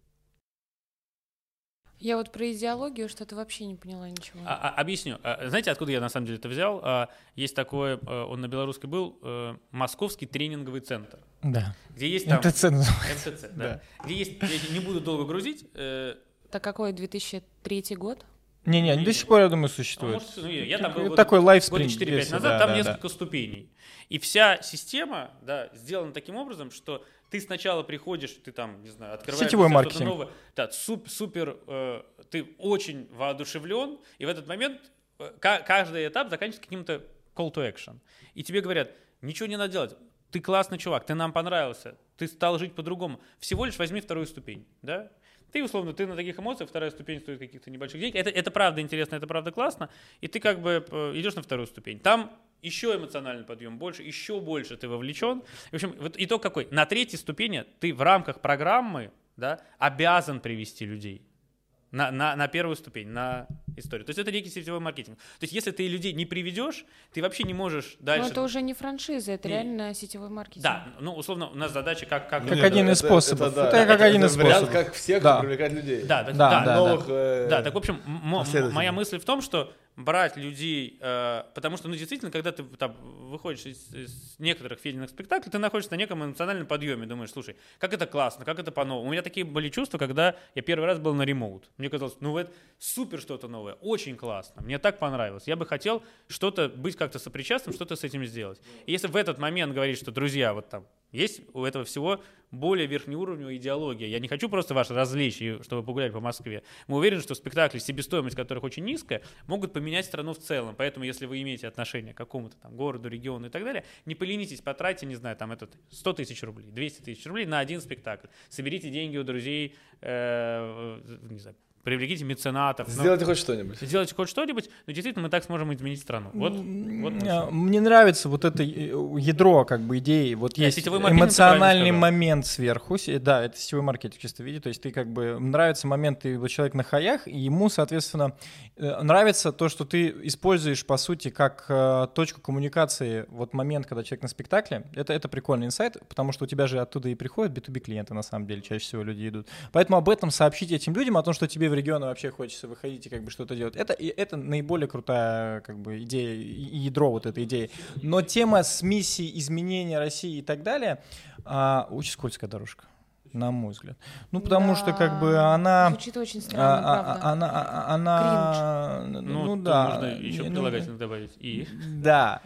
Я вот про идеологию что-то вообще не поняла ничего. Объясню. Знаете, откуда я на самом деле это взял? Есть такой, он на белорусской был, Московский тренинговый центр. Да. Где есть там... МТЦ называется. МТЦ, да. Где есть, я не буду долго грузить. Это какой, 2003 год? Не, до сих пор, я думаю, существует. Я там был такой лайфстрим. Года 4-5 назад, там несколько ступеней. И вся система, да, сделана таким образом, что ты сначала приходишь, ты там, не знаю, открываешь что-то новое. Да, супер, ты очень воодушевлен, и в этот момент каждый этап заканчивается каким-то call to action. И тебе говорят, ничего не надо делать, ты классный чувак, ты нам понравился, ты стал жить по-другому. Всего лишь возьми вторую ступень, да? Ты, условно, ты на таких эмоциях, вторая ступень стоит каких-то небольших денег. Это правда интересно, это правда классно. И ты как бы идешь на вторую ступень. Там еще эмоциональный подъем больше, еще больше ты вовлечен. В общем, вот итог какой? На третьей ступени ты в рамках программы, да, обязан привести людей на первую ступень, на историю. То есть это некий сетевой маркетинг. То есть если ты людей не приведешь, ты вообще не можешь дальше... Но это уже не франшиза, это реально сетевой маркетинг. Да, условно, у нас задача как один из способов. Это как один из способов. Как всех привлекать людей. Да. Так, в общем, моя мысль в том, что брать людей, потому что, действительно, когда ты там выходишь из некоторых федеральных спектаклей, ты находишься на неком эмоциональном подъеме, думаешь, слушай, как это классно, как это по-новому. У меня такие были чувства, когда я первый раз был на ремоут. Мне казалось, это супер что-то новое, очень классно, мне так понравилось. Я бы хотел быть как-то сопричастным, что-то с этим сделать. И если в этот момент говорить, что, друзья, вот там, Есть у этого всего более верхнеуровневая идеология. Я не хочу просто вас развлечь, чтобы погулять по Москве. Мы уверены, что спектакли, себестоимость которых очень низкая, могут поменять страну в целом. Поэтому, если вы имеете отношение к какому-то там городу, региону и так далее, не поленитесь, потратьте, не знаю, там 100 тысяч рублей, 200 тысяч рублей на один спектакль. Соберите деньги у друзей, не знаю, привлеките меценатов. Сделайте хоть что-нибудь. Сделайте хоть что-нибудь, но действительно мы так сможем изменить страну. Мне нравится вот это ядро как бы идеи. Вот есть эмоциональный момент сверху. Да, это сетевой маркетинг в чистом виде. То есть ты как бы нравится момент, ты вот человек на хаях, и ему, соответственно, нравится то, что ты используешь, по сути, как точку коммуникации вот момент, когда человек на спектакле. Это прикольный инсайт, потому что у тебя же оттуда и приходят B2B клиенты, на самом деле, чаще всего люди идут. Поэтому об этом сообщить этим людям, о том, что тебе в регионы вообще хочется выходить и как бы что-то делать. Это наиболее крутая как бы идея, ядро вот этой идеи. Но тема с миссией изменения России и так далее очень скользкая дорожка, на мой взгляд. Ну, потому что как бы она... Звучит очень странно, правда. Она... Ну да. Можно еще прилагательно добавить. И? Да.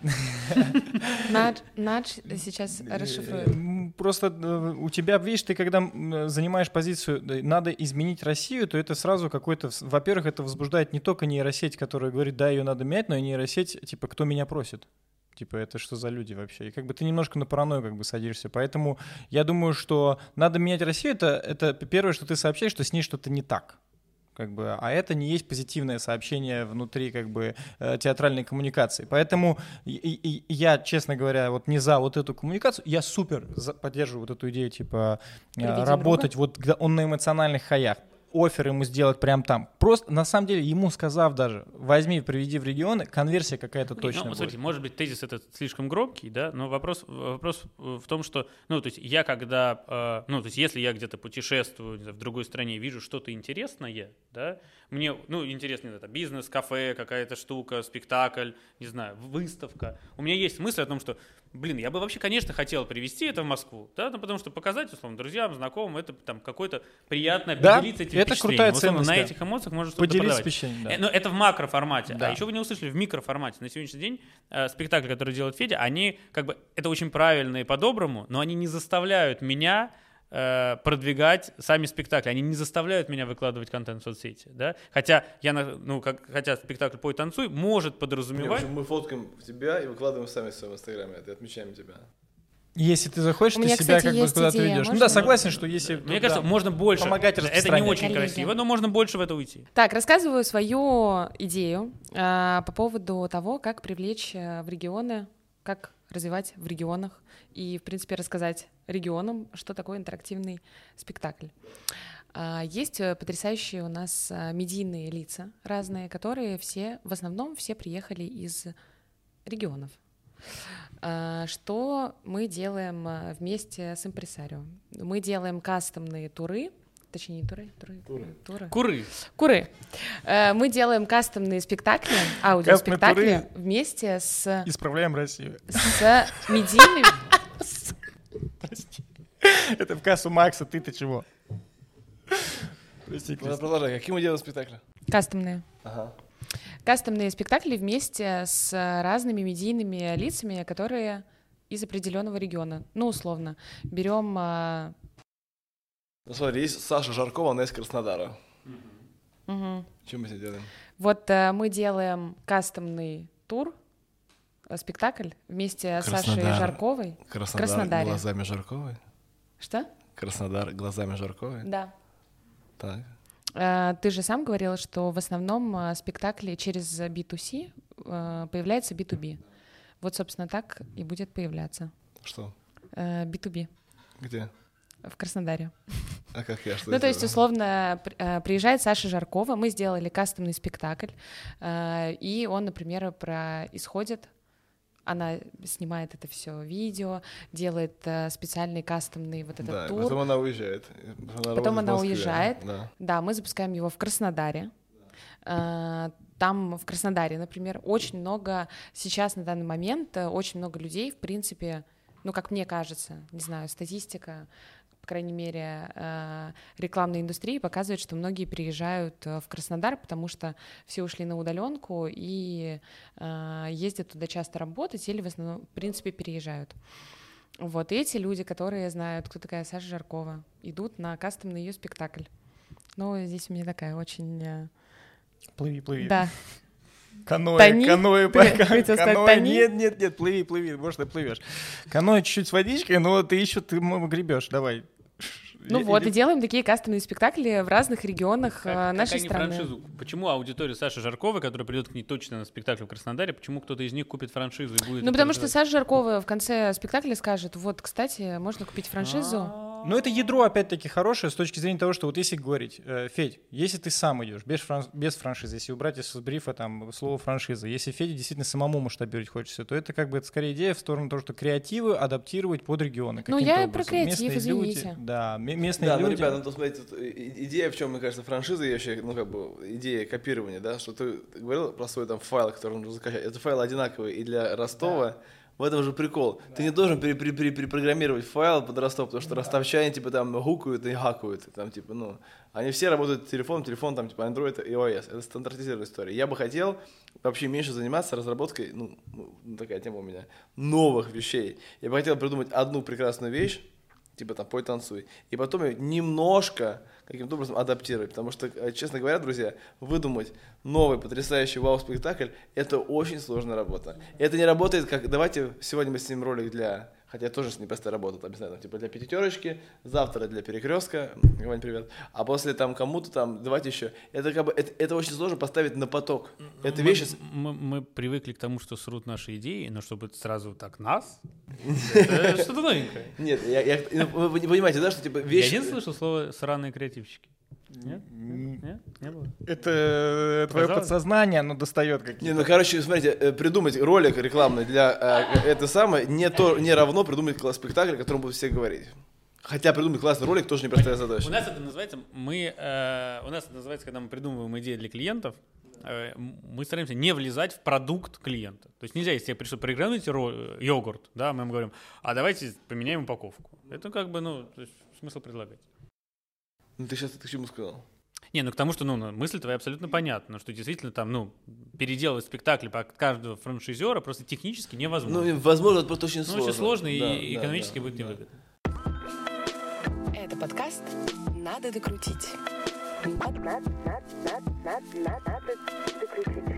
Надж сейчас расшифрует. Просто у тебя, видишь, ты когда занимаешь позицию «надо изменить Россию», то это сразу какой-то... Во-первых, это возбуждает не только нейросеть, которая говорит «да, ее надо менять», но и нейросеть, типа «кто меня просит?» Типа, это что за люди вообще? И как бы ты немножко на паранойю как бы садишься. Поэтому я думаю, что надо менять Россию, это первое, что ты сообщаешь, что с ней что-то не так. Как бы, а это не есть позитивное сообщение внутри как бы театральной коммуникации. Поэтому я, честно говоря, вот не за вот эту коммуникацию, я супер поддерживаю вот эту идею, типа, работать, вот когда он на эмоциональных хаях. Оффер ему сделать прямо там. Просто, на самом деле, ему сказав даже, возьми, приведи в регионы, конверсия какая-то точно будет. Смотрите, может быть, тезис этот слишком громкий, да, но вопрос в том, что, то есть я когда, то есть если я где-то путешествую, не знаю, в другой стране, вижу что-то интересное, да, мне, интересно, не знаю, бизнес, кафе, какая-то штука, спектакль, не знаю, выставка. У меня есть мысль о том, что, я бы вообще, конечно, хотел привезти это в Москву, да, потому что показать, условно, друзьям, знакомым, это там какое-то приятное поделиться этим это крутая ценность. На этих эмоциях можно что-то поделиться продавать. Впечатлением, да. Но это в макроформате. Да. А еще вы не услышали, в микроформате. На сегодняшний день спектакли, которые делает Федя, они как бы, это очень правильно и по-доброму, но они не заставляют меня продвигать сами спектакли. Они не заставляют меня выкладывать контент в соцсети, да? Хотя хотя спектакль «Пой, танцуй» может подразумевать... Мы фоткаем тебя и выкладываем сами в своем инстаграме, и отмечаем тебя. Если ты захочешь, ты себя как бы куда-то ведешь. Ну да, согласен, что если... Мне кажется, можно больше. Помогать это не очень красиво, но можно больше в это уйти. Так, рассказываю свою идею по поводу того, как привлечь в регионы, как развивать в регионах и, в принципе, рассказать регионам, что такое интерактивный спектакль. Есть потрясающие у нас медийные лица разные, которые в основном все приехали из регионов. Что мы делаем вместе с импресарио? Мы делаем кастомные туры, точнее не туры. Куры. Мы делаем кастомные спектакли, аудиоспектакли вместе с... Исправляем Россию. С медийными... Прости. Это в кассу Макса, ты-то чего? Прости, продолжай. Какие мы делаем спектакли? Кастомные. Ага. Кастомные спектакли вместе с разными медийными лицами, которые из определенного региона. Условно. Берем... смотри, есть Саша Жаркова, она из Краснодара. Угу. Что мы здесь делаем? Вот мы делаем кастомный тур, спектакль вместе с Сашей Жарковой. Краснодар глазами Жарковой? Что? Краснодар глазами Жарковой? Да. Так. Ты же сам говорил, что в основном спектакли через B2C появляется B2B. Вот, собственно, так и будет появляться. Что? B2B. Где? В Краснодаре. А как я? То есть, условно, приезжает Саша Жаркова, мы сделали кастомный спектакль, и он, например, исходит, она снимает это все видео, делает специальный кастомный вот этот тур. Потом она уезжает. Потом она уезжает. Да, мы запускаем его в Краснодаре. Там в Краснодаре, например, очень много, сейчас на данный момент, очень много людей, в принципе, как мне кажется, не знаю, статистика, по крайней мере, рекламной индустрии показывает, что многие приезжают в Краснодар, потому что все ушли на удаленку и ездят туда часто работать или в основном, в принципе, переезжают. Вот, и эти люди, которые знают, кто такая Саша Жаркова, идут на кастомный ее спектакль. Ну, здесь у меня такая очень... Плыви. Да. Каноэ. Нет, плыви, может, ты плывешь. Каноэ чуть-чуть с водичкой, но ты еще гребешь, давай. Ну вот, и делаем такие кастомные спектакли в разных регионах нашей страны. Франшизу? Почему аудитория Саши Жарковой, которая придет к ней точно на спектакль в Краснодаре, почему кто-то из них купит франшизу и будет... Ну, потому что Саша Жаркова в конце спектакля скажет, вот, кстати, можно купить франшизу. Ну, это ядро, опять-таки, хорошее с точки зрения того, что вот если говорить, Федь, если ты сам идешь, без франшизы, если убрать из брифа там слово франшиза, если Феде действительно самому масштабировать хочется, то это как бы это скорее идея в сторону того, что креативы адаптировать под регионы. Ну, я про креатив, извините. Да, местные люди. Ну, ребята, ну, то, смотрите, идея в чем, мне кажется, франшизы, и вообще, ну, как бы, идея копирования, да, что ты говорил про свой там файл, который нужно закачать. Это файл одинаковый и для Ростова. Да. В этом же прикол. Да. Ты не должен перепрограммировать файл под Ростов, потому что ростовчане, типа, там, гукают и хакают, там, типа, ну, они все работают телефон, там, типа, Android и iOS. Это стандартизированная история. Я бы хотел вообще меньше заниматься разработкой, ну, такая тема у меня, новых вещей. Я бы хотел придумать одну прекрасную вещь, типа там «Пой, танцуй», и потом ее немножко каким-то образом адаптировать, потому что, честно говоря, друзья, выдумать новый потрясающий вау-спектакль – это очень сложная работа. И это не работает как «давайте сегодня мы снимем ролик для…» Хотя тоже непростая работа, там, не знаю, там, типа для пятерочки, завтра для перекрестка, Вань, привет, а после там кому-то там, давайте еще. Это как бы, это очень сложно поставить на поток. Это вещи... Мы привыкли к тому, что срут наши идеи, но чтобы сразу так нас, это что-то новенькое. Нет, вы понимаете, да, что типа вещи... Я не слышал слово «сраные креативщики». Нет? Не было? Это твое подсознание, оно достает какие-то... Не, ну, короче, смотрите, придумать ролик рекламный для это самое не равно придумать спектакль, о котором будут все говорить. Хотя придумать классный ролик тоже непростая задача. У нас это называется, когда мы придумываем идеи для клиентов, мы стараемся не влезать в продукт клиента. То есть нельзя, если тебе пришло программировать йогурт, да, мы ему говорим, а давайте поменяем упаковку. Это как бы, ну, то есть смысл предлагать. Ну ты сейчас к чему сказал? Не, ну к тому, что, ну, мысль твоя абсолютно понятна, что действительно там, ну, переделывать спектакль под каждого франшизера просто технически невозможно. Ну, возможно, это просто очень сложно. Очень сложно и экономически будет невыгодно. Это подкаст «Надо докрутить». Надо докрутить.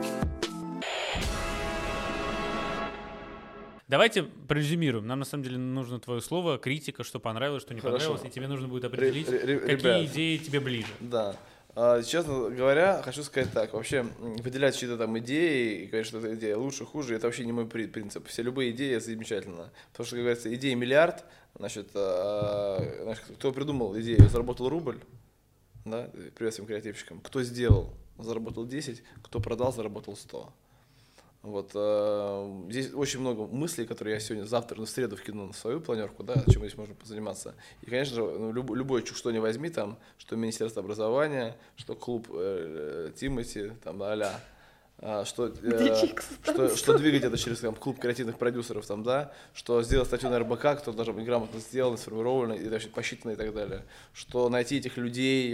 Давайте прорезюмируем. Нам на самом деле нужно твое слово, критика, что понравилось, что не понравилось, и тебе нужно будет определить, какие идеи тебе ближе. Да. Честно говоря, хочу сказать так. Вообще, выделять чьи-то там идеи, и говорить, что эта идея лучше, хуже, это вообще не мой принцип. Все любые идеи замечательно. Потому что, как говорится, идеи миллиард. Значит, кто придумал идею, заработал рубль. Да? Привет всем креативщикам. Кто сделал, заработал 10. Кто продал, заработал 100. Вот, здесь очень много мыслей, которые я завтра, в среду вкину на свою планерку, да, чем здесь можно позаниматься. И, конечно же, любой что не возьми, там, что Министерство образования, что клуб Тимати, там, а-ля, что двигать это через там, клуб креативных продюсеров, там, да, что сделать статью на РБК, кто должен быть грамотно сделан, сформирован и даже посчитано и так далее, что найти этих людей,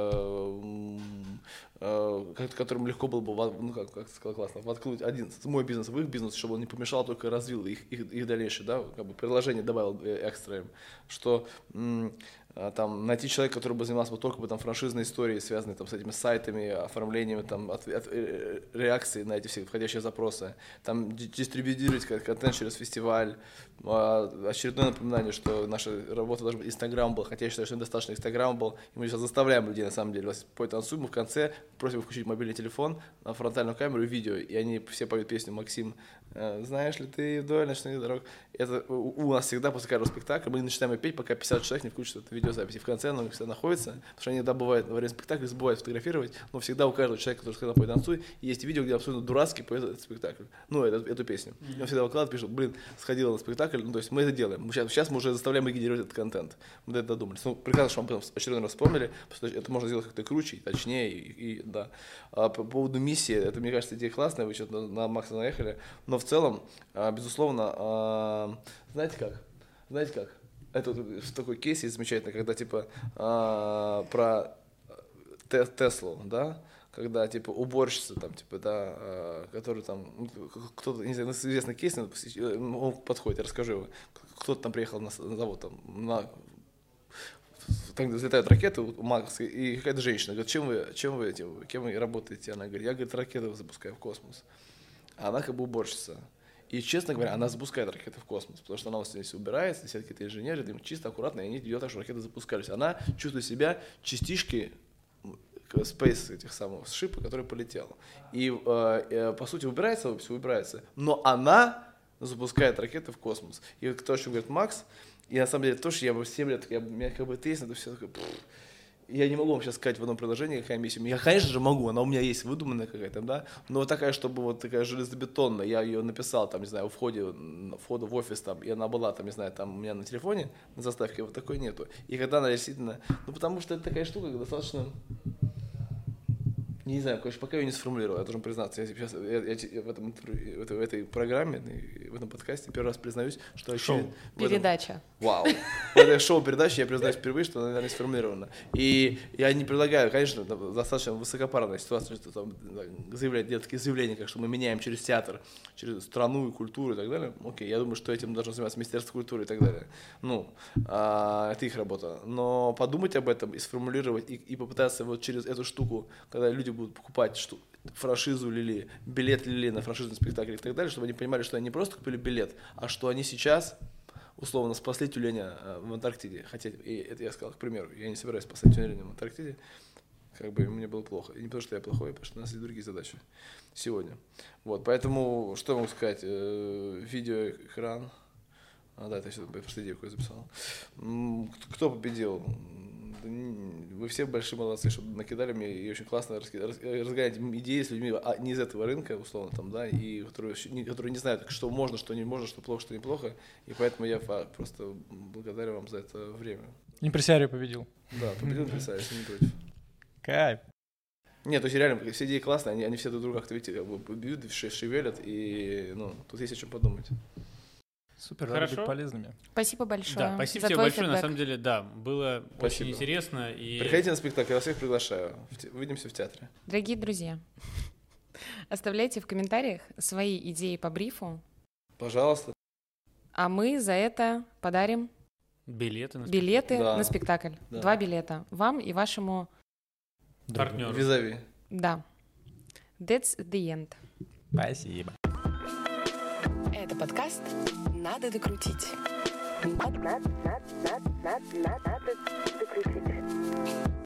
которым легко было бы, ну, как сказал классно, воткнуть один мой бизнес в их бизнес, чтобы он не помешал, только развил их дальнейшее, да, как бы предложение добавил экстра им, что там найти человека, который бы занимался только бы там франшизной историей, связанной там с этими сайтами, оформлением там реакции на эти все входящие запросы, там дистрибьютировать контент через фестиваль. Очередное напоминание, что наша работа должна быть Инстаграм был, хотя я считаю, что недостаточно Инстаграм был, и мы сейчас заставляем людей на самом деле, «Пой, танцуй», мы в конце просим включить мобильный телефон, на фронтальную камеру и видео, и они все поют песню «Максим, знаешь ли ты вдоль ночных дорог». Это у нас всегда после каждого спектакля, мы не начинаем петь, пока 50 человек не включат эту видеозапись. И в конце она всегда находится, потому что они иногда бывает во время спектакля забывают фотографировать, но всегда у каждого человека, который сказал «Пой, танцуй», есть видео, где абсолютно дурацкий поет этот спектакль, ну, эту песню. Он всегда выкладывает, пишет, блин, сходила на спектакль, ну, то есть мы это делаем. Сейчас мы уже заставляем их генерировать этот контент. Мы до этого додумались. Ну, прекрасно, что мы потом очередной раз вспомнили, потому что это можно сделать как-то круче, точнее, и да. По поводу миссии, это, мне кажется, идея классная, вы что-то на Макса наехали, но в целом, безусловно, знаете как? Это такой кейс есть замечательный, когда типа про Теслу, да, когда, типа, уборщица, там, типа, да, который там, кто-то, не знаю, известный кейс, он подходит, я расскажу его, кто-то там приехал на завод, там, там взлетают ракеты у Макса, и какая-то женщина говорит, кем вы работаете? Она говорит, я, говорит, ракеты запускаю в космос. А она как бы уборщица. И, честно говоря, она запускает ракеты в космос, потому что она у нас здесь убирается, все какие-то инженеры, им чисто, аккуратно, и они делают так, что ракеты запускались. Она чувствует себя частичкой Space этих самых шипа, который полетел. И, по сути, убирается, все убирается. Но она запускает ракеты в космос. И то, о чем говорит Макс, и на самом деле тоже я бы 7 лет, у меня как бы тест, это все такое... Я не могу вам сейчас сказать в одном предложении, какая миссия. Я, конечно же, могу, она у меня есть выдуманная какая-то, да, но такая, чтобы вот такая железобетонная, я ее написал, там, не знаю, у входа в офис, там, и она была, там, не знаю, там, у меня на телефоне, на заставке, вот такой нету. И когда она действительно, ну, потому что это такая штука, достаточно... Не знаю, конечно, пока я ее не сформулировал, я должен признаться. Я сейчас в этой программе, в этом подкасте первый раз признаюсь, что шоу. Передача. Вау. В этой шоу-передаче я признаюсь впервые, что она, наверное, не сформулирована. И я не предлагаю, конечно, достаточно высокопарная ситуация, что там заявлять, делать такие заявления, как что мы меняем через театр, через страну и культуру и так далее. Окей, я думаю, что этим должно заниматься Министерство культуры и так далее. Ну, это их работа. Но подумать об этом и сформулировать, и попытаться вот через эту штуку, когда люди будут покупать франшизу или билет на франшизный спектакль и так далее, чтобы они понимали, что они не просто купили билет, а что они сейчас условно спасли тюленя в Антарктиде. Хотя, и это я сказал, к примеру, я не собираюсь спасать тюленя в Антарктиде, как бы мне было плохо. И не потому, что я плохой, а потому что у нас есть другие задачи сегодня. Вот, поэтому, что я могу сказать, видеоэкран. Да, это все, просто идею какую записал. Кто победил? Вы все большие молодцы, что накидали мне, и очень классно разгонять идеи с людьми не из этого рынка, условно, там, да, и которые не знают, что можно, что не можно, что плохо, что неплохо, и поэтому я просто благодарю вам за это время. Импресарио победил. Да, победил импресарио, если не против. Кайф. Нет, то есть реально, все идеи классные, они все друг друга бьют, шевелят, и, ну, тут есть о чем подумать. Супер, рады быть полезными. Спасибо большое. Да, спасибо тебе большое, на самом деле, да, было очень интересно. И... Приходите на спектакль, я всех приглашаю. Увидимся в театре. Дорогие друзья, оставляйте в комментариях свои идеи по брифу. Пожалуйста. А мы за это подарим билеты на спектакль. Да. 2 билета. Вам и вашему партнеру. Визави. Да. That's the end. Спасибо. Это подкаст «Надо докрутить». Надо докрутить.